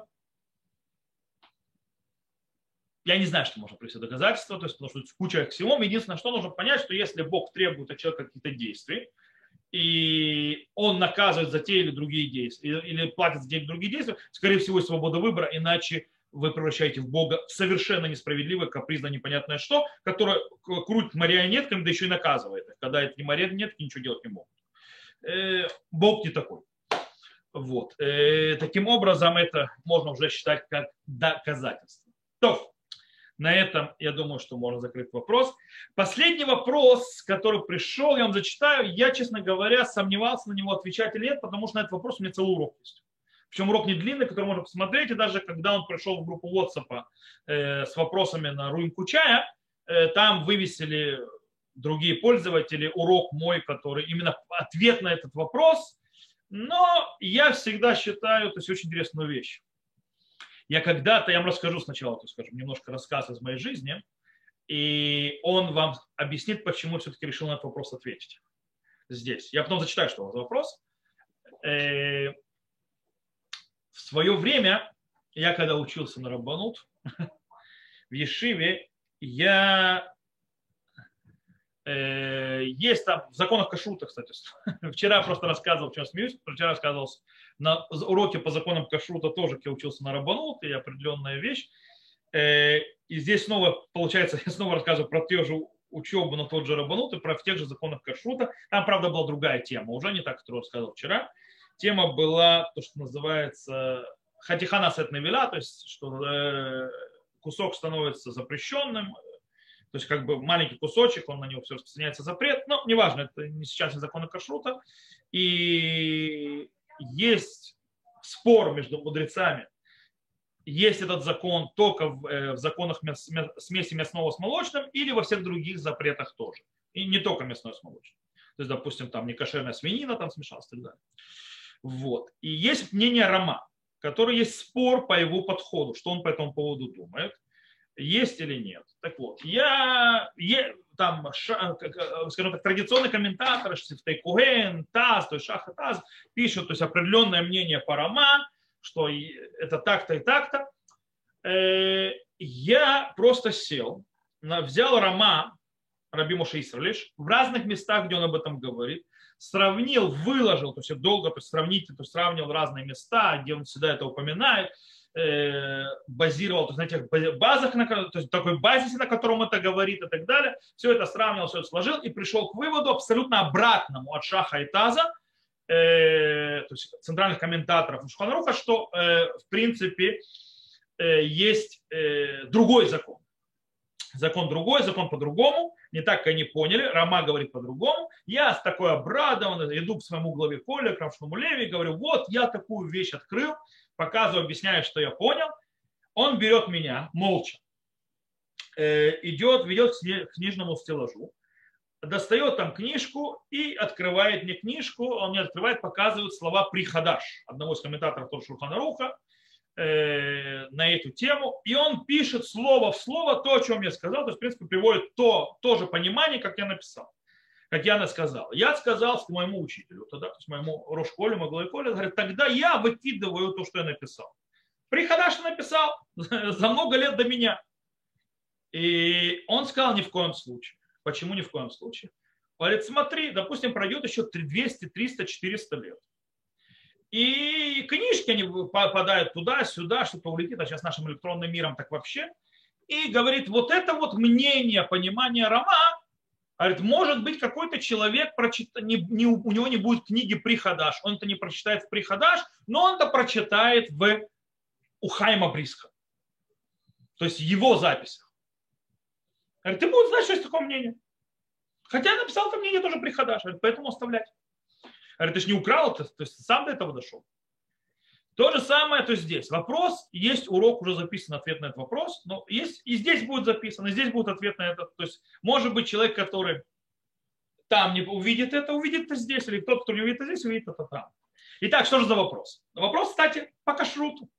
Я не знаю, что можно привести доказательства, то есть, потому что куча аксиом. Единственное, что нужно понять, что если Бог требует от человека каких-то действий, и он наказывает за те или другие действия, или платит за те или другие действия, скорее всего, есть свобода выбора, иначе вы превращаете в Бога совершенно несправедливое, капризно, непонятное что, которое крутит марионетками, да еще и наказывает их. Когда это не марионетки, ничего делать не могут. Бог не такой. Вот. Таким образом, это можно уже считать как доказательство. То, на этом, я думаю, что можно закрыть вопрос. Последний вопрос, который пришел, я вам зачитаю. Я, честно говоря, сомневался на него, отвечать или нет, потому что на этот вопрос у меня целый урок есть. Причем урок не длинный, который можно посмотреть. И даже когда он пришел в группу WhatsApp э, с вопросами на Руинку чая, э, там вывесили другие пользователи урок мой, который именно ответ на этот вопрос. Но я всегда считаю, то есть очень интересную вещь. Я когда-то, я вам расскажу сначала, то скажем, немножко рассказ из моей жизни, и он вам объяснит, почему все-таки решил на этот вопрос ответить здесь. Я потом зачитаю, что у вас за вопрос. Э, в свое время, я когда учился на Раббанут, в Ешиве, я... Э, есть там в законах кашрута, кстати. Вчера просто рассказывал, чем смеюсь, вчера рассказывал на уроке по законам кашрута тоже, когда я учился на Раббанут, и определенная вещь. Э, и здесь снова, получается, я снова рассказываю про те же учебу на тот же Раббанут и про тех же законах кашрута. Там, правда, была другая тема, уже не так, которую я рассказывал вчера. Тема была то, что называется хатихана сет навила, то есть что э, кусок становится запрещенным, то есть как бы маленький кусочек, он на него все распространяется запрет, но неважно, это не сейчас не законы кашрута. И есть спор между мудрецами, есть этот закон только в, э, в законах мяс, мяс, смеси мясного с молочным или во всех других запретах тоже. И не только мясное с молочным. То есть, допустим, там некошерная свинина там смешалась и так далее. Вот. И есть мнение Рама, который есть спор по его подходу, что он по этому поводу думает, есть или нет. Так вот, я, я там, скажем так, традиционные комментаторы, Шифтей Куген, Таз, то есть Шах и Таз, пишут, то есть определенное мнение по Рама, что это так-то и так-то. Я просто сел, взял Рама, Раби Моше Исролиш, в разных местах, где он об этом говорит, сравнил, выложил, то есть долго то есть сравнить, то есть сравнивал разные места, где он всегда это упоминает, э, базировал то есть, на тех базах, на, то есть такой базисе, на котором это говорит и так далее. Все это сравнивал, все это сложил и пришел к выводу абсолютно обратному от Шаха и Таза, э, то есть центральных комментаторов Шулхан Аруха, что э, в принципе э, есть э, другой закон. Закон другой, закон по-другому. Не так, как они поняли. Рама говорит по-другому. Я с такой обрадован, иду к своему главе Коля, к Равшному Леви, и говорю, вот я такую вещь открыл, показываю, объясняю, что я понял. Он берет меня молча, идет, ведет к книжному стеллажу, достает там книжку и открывает мне книжку. Он мне открывает, показывает слова Прихадаш, одного из комментаторов тоже Шулхан Аруха, на эту тему, и он пишет слово в слово то, о чем я сказал, то есть, в принципе, приводит то, то же понимание, как я написал, как я сказал. Я сказал моему учителю, тогда, то есть моему Рошколю, моему главе Коле, говорит, тогда я выкидываю то, что я написал. Прихадаш написал за много лет до меня. И он сказал, ни в коем случае. Почему ни в коем случае? Говорит, смотри, допустим, пройдет еще двести, триста, четыреста лет. И книжки они попадают туда-сюда, что-то улетит, а сейчас нашим электронным миром так вообще. И говорит, вот это вот мнение, понимание Рама, говорит, может быть, какой-то человек, прочит... не, не, у него не будет книги Прихадаш, он это не прочитает в Прихадаш, но он это прочитает в у Хайма Бриска. То есть в его записях. Говорит, ты будешь знать, что есть такое мнение. Хотя я написал это мнение тоже Прихадаш, говорит, поэтому оставлять. Говорит, ты же не украл, то есть сам до этого дошел. То же самое, то здесь. Вопрос, есть урок, уже записан ответ на этот вопрос, но есть, и здесь будет записан, и здесь будет ответ на этот. То есть может быть человек, который там не увидит это, увидит это здесь, или тот, кто не увидит это здесь, увидит это там. Итак, что же за вопрос? Вопрос, кстати, по кашруту.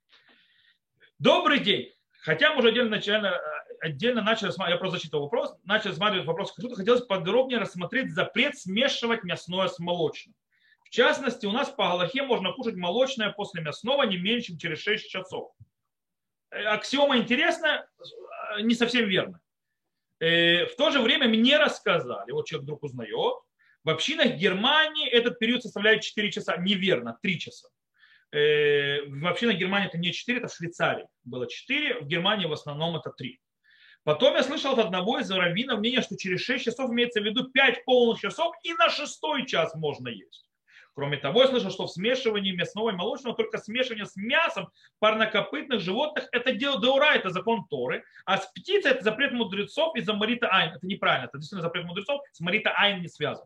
Добрый день. Хотя мы уже отдельно, начально, отдельно начали, я просто зачитывал вопрос, начали рассматривать вопрос кашрута, хотелось подробнее рассмотреть запрет смешивать мясное с молочным. В частности, у нас по галахе можно кушать молочное после мясного не меньше, чем через шесть часов. Аксиома интересная, не совсем верно. В то же время мне рассказали, вот человек вдруг узнает, в общинах Германии этот период составляет четыре часа. Неверно, три часа. Вообще на Германии это не четыре, это в Швейцарии было четыре, в Германии в основном это три. Потом я слышал от одного из раввинов мнение, что через шесть часов имеется в виду пять полных часов и на шестой час можно есть. Кроме того, я слышал, что в смешивании мясного и молочного только смешивание с мясом парнокопытных животных это дело деура, это закон Торы, а с птицей это запрет мудрецов из-за Марита Айн. Это неправильно, это действительно запрет мудрецов, с Марита Айн не связан.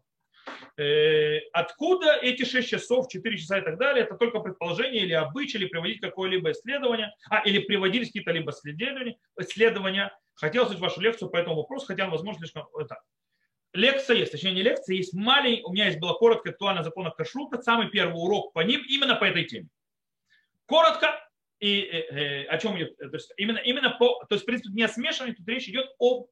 Откуда эти шесть часов, четыре часа и так далее, это только предположение или обычай, или приводить какое-либо исследование, а, или приводились какие-то либо исследования, исследования. Хотел слушать вашу лекцию по этому вопросу, хотя, возможно, слишком... Это. Лекция есть, точнее не лекция, есть маленькая, у меня есть была короткая актуальная закон кашрута, самый первый урок по ним, именно по этой теме. Коротко, и э, о чем идет, то есть именно, именно по, то есть в принципе не о смешивании, тут речь идет об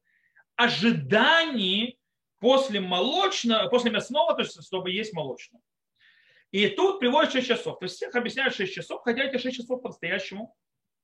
ожидании после молочного, после мясного, то есть чтобы есть молочное. И тут приводят шесть часов. То есть всех объясняют шесть часов, хотя эти шесть часов по-настоящему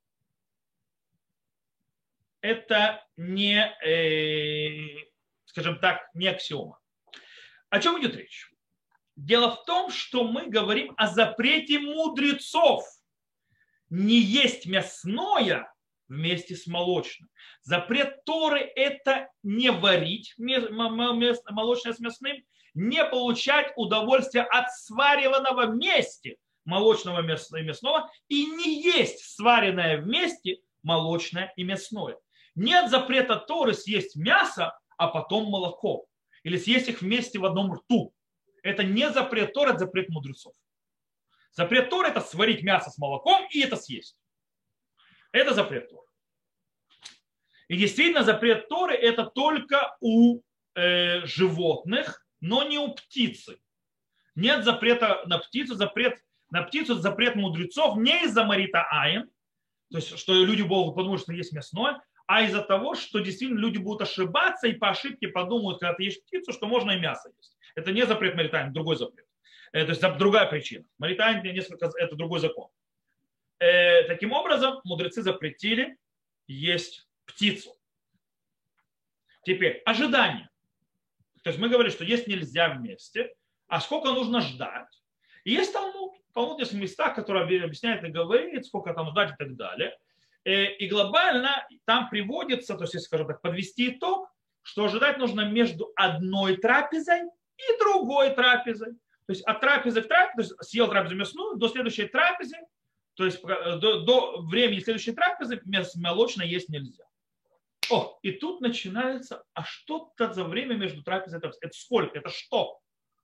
это не, э, скажем так, не аксиома. О чем идет речь? Дело в том, что мы говорим о запрете мудрецов не есть мясное вместе с молочным. Запрет Торы – это не варить молочное с мясным, не получать удовольствие от сваренного вместе молочного и мясного и не есть сваренное вместе молочное и мясное. Нет запрета Торы съесть мясо, а потом молоко. Или съесть их вместе в одном рту. Это не запрет Торы, это запрет мудрецов. Запрет Торы – это сварить мясо с молоком и это съесть. Это запрет Торы. И действительно запрет Торы это только у э, животных, но не у птицы. Нет запрета на птицу, запрет на птицу, запрет мудрецов не из-за Марита Айн, то есть что люди будут подумать, что есть мясное, а из-за того, что действительно люди будут ошибаться и по ошибке подумают, когда ты ешь птицу, что можно и мясо есть. Это не запрет Марита Айн, другой запрет. Э, то есть другая причина. Марита Айн несколько, это другой закон. Э, таким образом, мудрецы запретили есть птицу. Теперь ожидание. То есть мы говорим, что есть нельзя вместе, а сколько нужно ждать. И есть Талмуд. Талмуд есть в местах, которые объясняет и говорит, сколько там ждать и так далее. И глобально там приводится, то есть, если, скажем так, подвести итог, что ожидать нужно между одной трапезой и другой трапезой. То есть от трапезы к трапезе, то есть съел трапезу мясную, до следующей трапезы, то есть до, до времени следующей трапезы молочное есть нельзя. О, и тут начинается, а что-то за время между трапезой и трапезой? Это сколько? Это что?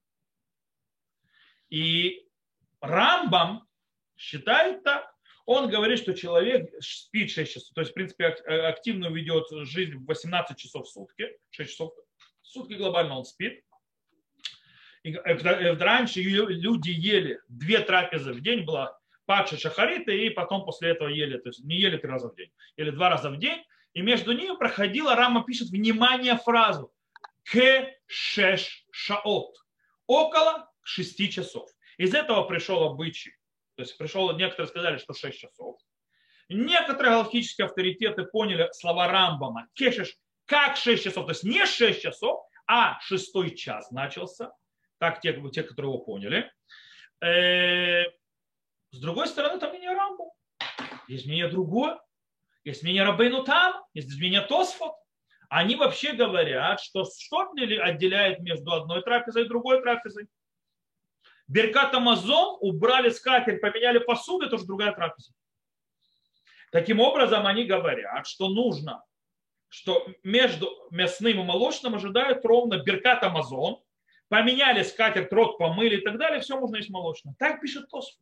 И Рамбам считает так. Он говорит, что человек спит шесть часов, то есть, в принципе, активно ведет жизнь в восемнадцать часов в сутки, шесть часов в сутки глобально он спит. И раньше люди ели две трапезы в день, была падша шахарита, и потом после этого ели, то есть не ели три раза в день, ели два раза в день, и между ними проходила, Рама пишет, внимание, фразу «ке шеш шаот», около шести часов. Из этого пришел обычай. То есть пришел, некоторые сказали, что шесть часов. Некоторые галактические авторитеты поняли слова Рамбама «кешеш» как шесть часов. То есть не шесть часов, а шестой час начался. Так те, те которые его поняли. С другой стороны, это мнение Рамбама. Есть мнение другое. Есть мнение Рабейну Там, есть мнение Тосфот. Они вообще говорят, что что отделяет между одной трапезой и другой трапезой. Беркат Амазон, убрали скатерть, поменяли посуду, это уже другая трапеза. Таким образом, они говорят, что нужно, что между мясным и молочным ожидают ровно Беркат Амазон, поменяли скатерть, рот помыли и так далее, все можно есть молочное. Так пишет Тосфот.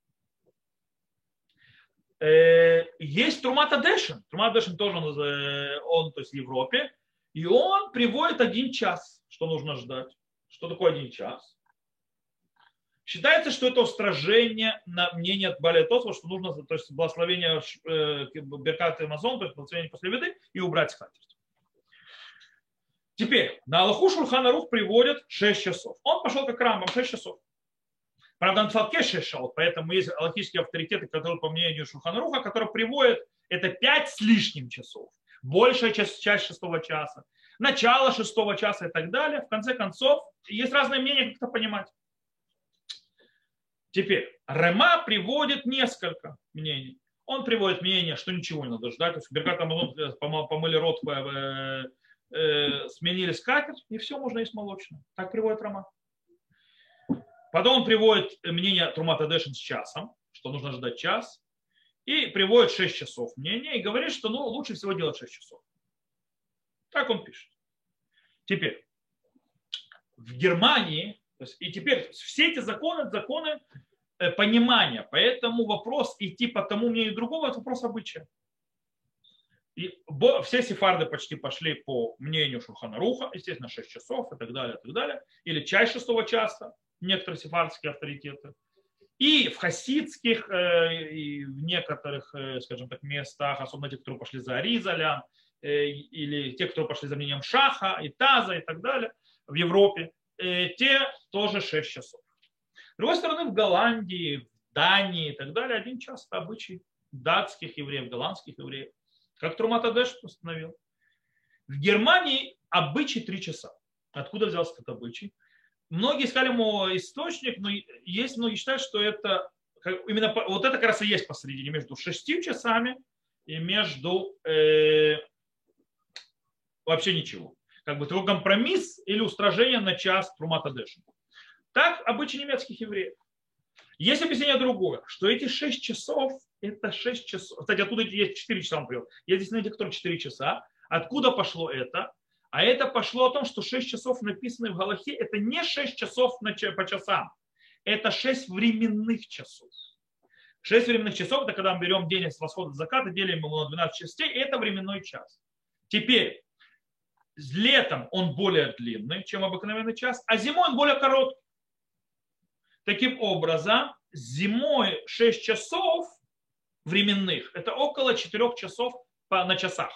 Есть Трумат Адешин. Трумат Адешин тоже он, он, то есть в Европе, и он приводит один час, что нужно ждать. Что такое один час? Считается, что это устражение на мнение Балия Тосфот, что нужно, то есть благословение Беркат Амазон, то есть благословение после еды, и убрать скатерть. Теперь, на Аллаху Шулхан Арух приводит шесть часов. Он пошел как Рамбам, шесть часов. Правда, на Тфалке шесть часов, поэтому есть аллахические авторитеты, которые, по мнению Шулхан Аруха, которые приводят это пять с лишним часов. Большая часть, часть шестого часа, начало шестого часа и так далее. В конце концов, есть разные мнения, как это понимать. Теперь, Рема приводит несколько мнений. Он приводит мнение, что ничего не надо ждать. То есть Беркат Амазон помыли рот, сменили скатерть, и все, можно есть молочное. Так приводит Рема. Потом он приводит мнение Трумат Адешин с часом, что нужно ждать час. И приводит шесть часов мнение и говорит, что ну, лучше всего делать шесть часов. Так он пишет. Теперь, в Германии, то есть, и теперь все эти законы, законы э, понимания. Поэтому вопрос идти по тому мнению другого, это вопрос обычая. И все сефарды почти пошли по мнению Шулхана Аруха, естественно, шесть часов и так далее, и так далее. Или часть шестого часа, некоторые сефардские авторитеты. И в хасидских, э, и в некоторых, э, скажем так, местах, особенно те, которые пошли за Аризалем, э, или те, кто пошли за мнением Шаха, и Таза, и так далее, в Европе, э, те тоже шесть часов. С другой стороны, в Голландии, в Дании и так далее, один час это обычай датских евреев, голландских евреев, как Трумат Адеш установил. В Германии обычай три часа. Откуда взялся этот обычай? Многие искали ему источник, но есть многие считают, что это именно вот это как раз и есть посередине между шестью часами и между э, вообще ничего. Как бы такой компромисс или устражение на час Трумат Адеш. Так обычай немецких евреев. Есть объяснение другое, что эти шесть часов это шесть часов. Кстати, оттуда есть четыре часа он привел. Есть здесь найти, которые четыре часа. Откуда пошло это? А это пошло о том, что шесть часов, написанные в Галахе, это не шесть часов по часам. Это шесть временных часов. шесть временных часов, это когда мы берем день с восхода до заката, делим его на двенадцать частей, и это временной час. Теперь, летом он более длинный, чем обыкновенный час, а зимой он более короткий. Таким образом, зимой шесть часов временных, это около четырёх часов на часах.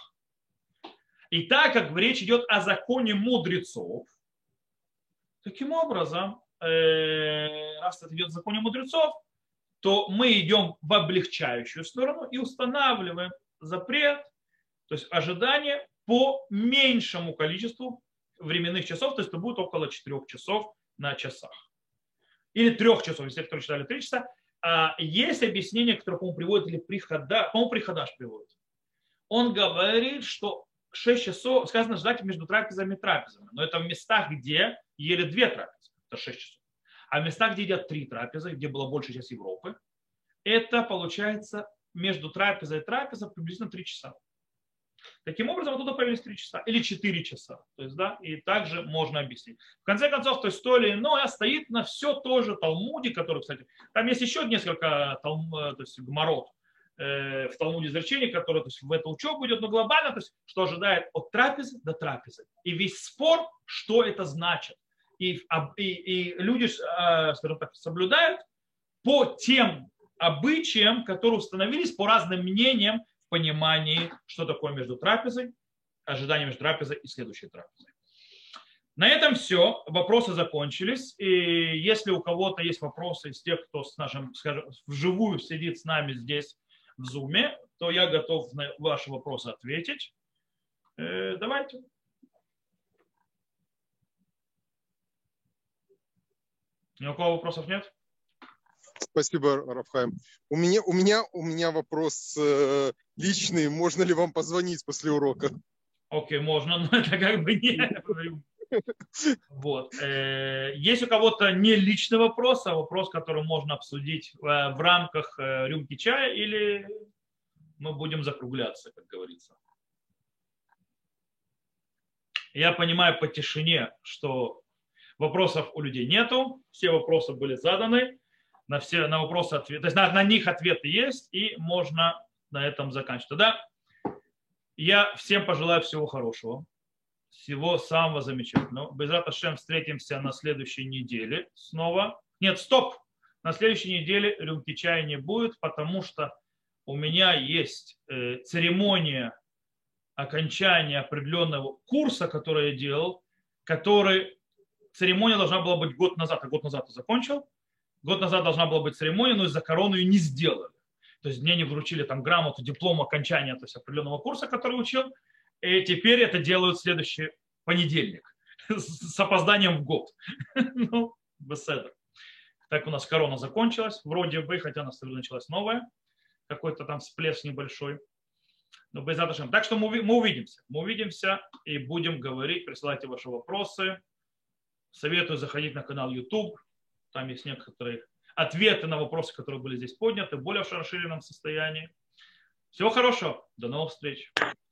И так как речь идет о законе мудрецов, таким образом, э, раз это идет о законе мудрецов, то мы идем в облегчающую сторону и устанавливаем запрет, то есть ожидание по меньшему количеству временных часов, то есть это будет около четырёх часов на часах. Или трех часов, если кто читали три часа. А есть объяснение, которое, по-моему, приводит, или Прихадаш, по-моему, Прихадаш приводит. Он говорит, что шесть часов, сказано, ждать между трапезами и трапезами. Но это в местах, где ели две трапезы. Это шесть часов. А в местах, где едят три трапезы, где была большая часть Европы, это получается между трапезой и трапезой приблизительно три часа. Таким образом, оттуда появились три часа или четыре часа. То есть, да, и также можно объяснить. В конце концов, то есть то или иное стоит на все то же Талмуде, который, кстати, там есть еще несколько талм, то есть, гмарот э, в Талмуде изречений, которые то есть, в эту учебу идет, но глобально, то есть, что ожидает от трапезы до трапезы. И весь спор, что это значит. И, и, и люди, э, скажем так, соблюдают по тем обычаям, которые установились по разным мнениям, понимании, что такое между трапезой, ожиданием между трапезой и следующей трапезой. На этом все. Вопросы закончились. И если у кого-то есть вопросы из тех, кто с нашим, скажем, вживую сидит с нами здесь в Зуме, то я готов на ваши вопросы ответить. Э, давайте. Ни у кого вопросов нет? Спасибо, Рафхайм. У меня, у меня, у меня вопрос э, личный. Можно ли вам позвонить после урока? Окей, можно, но это как бы не... Вот. Есть у кого-то не личный вопрос, а вопрос, который можно обсудить в рамках рюмки чая, или мы будем закругляться, как говорится? Я понимаю по тишине, что вопросов у людей нету, все вопросы были заданы. На все на вопросы ответы, то есть на, на них ответы есть, и можно на этом заканчивать. Тогда я всем пожелаю всего хорошего, всего самого замечательного. Безрат Ашем, встретимся на следующей неделе снова. Нет, стоп! На следующей неделе рюмки чая не будет, потому что у меня есть э, церемония окончания определенного курса, который я делал, который церемония должна была быть год назад, а год назад я закончил. Год назад должна была быть церемония, но из-за короны ее не сделали. То есть мне не вручили там грамоту, диплом окончания, то есть определенного курса, который учил. И теперь это делают в следующий понедельник с опозданием в год. Ну, беседа. Так у нас корона закончилась, вроде бы, хотя у нас началась новая. Какой-то там всплеск небольшой. Но без этого. Так что мы, мы увидимся. Мы увидимся и будем говорить, присылайте ваши вопросы. Советую заходить на канал YouTube. Там есть некоторые ответы на вопросы, которые были здесь подняты, в более расширенном состоянии. Всего хорошего. До новых встреч.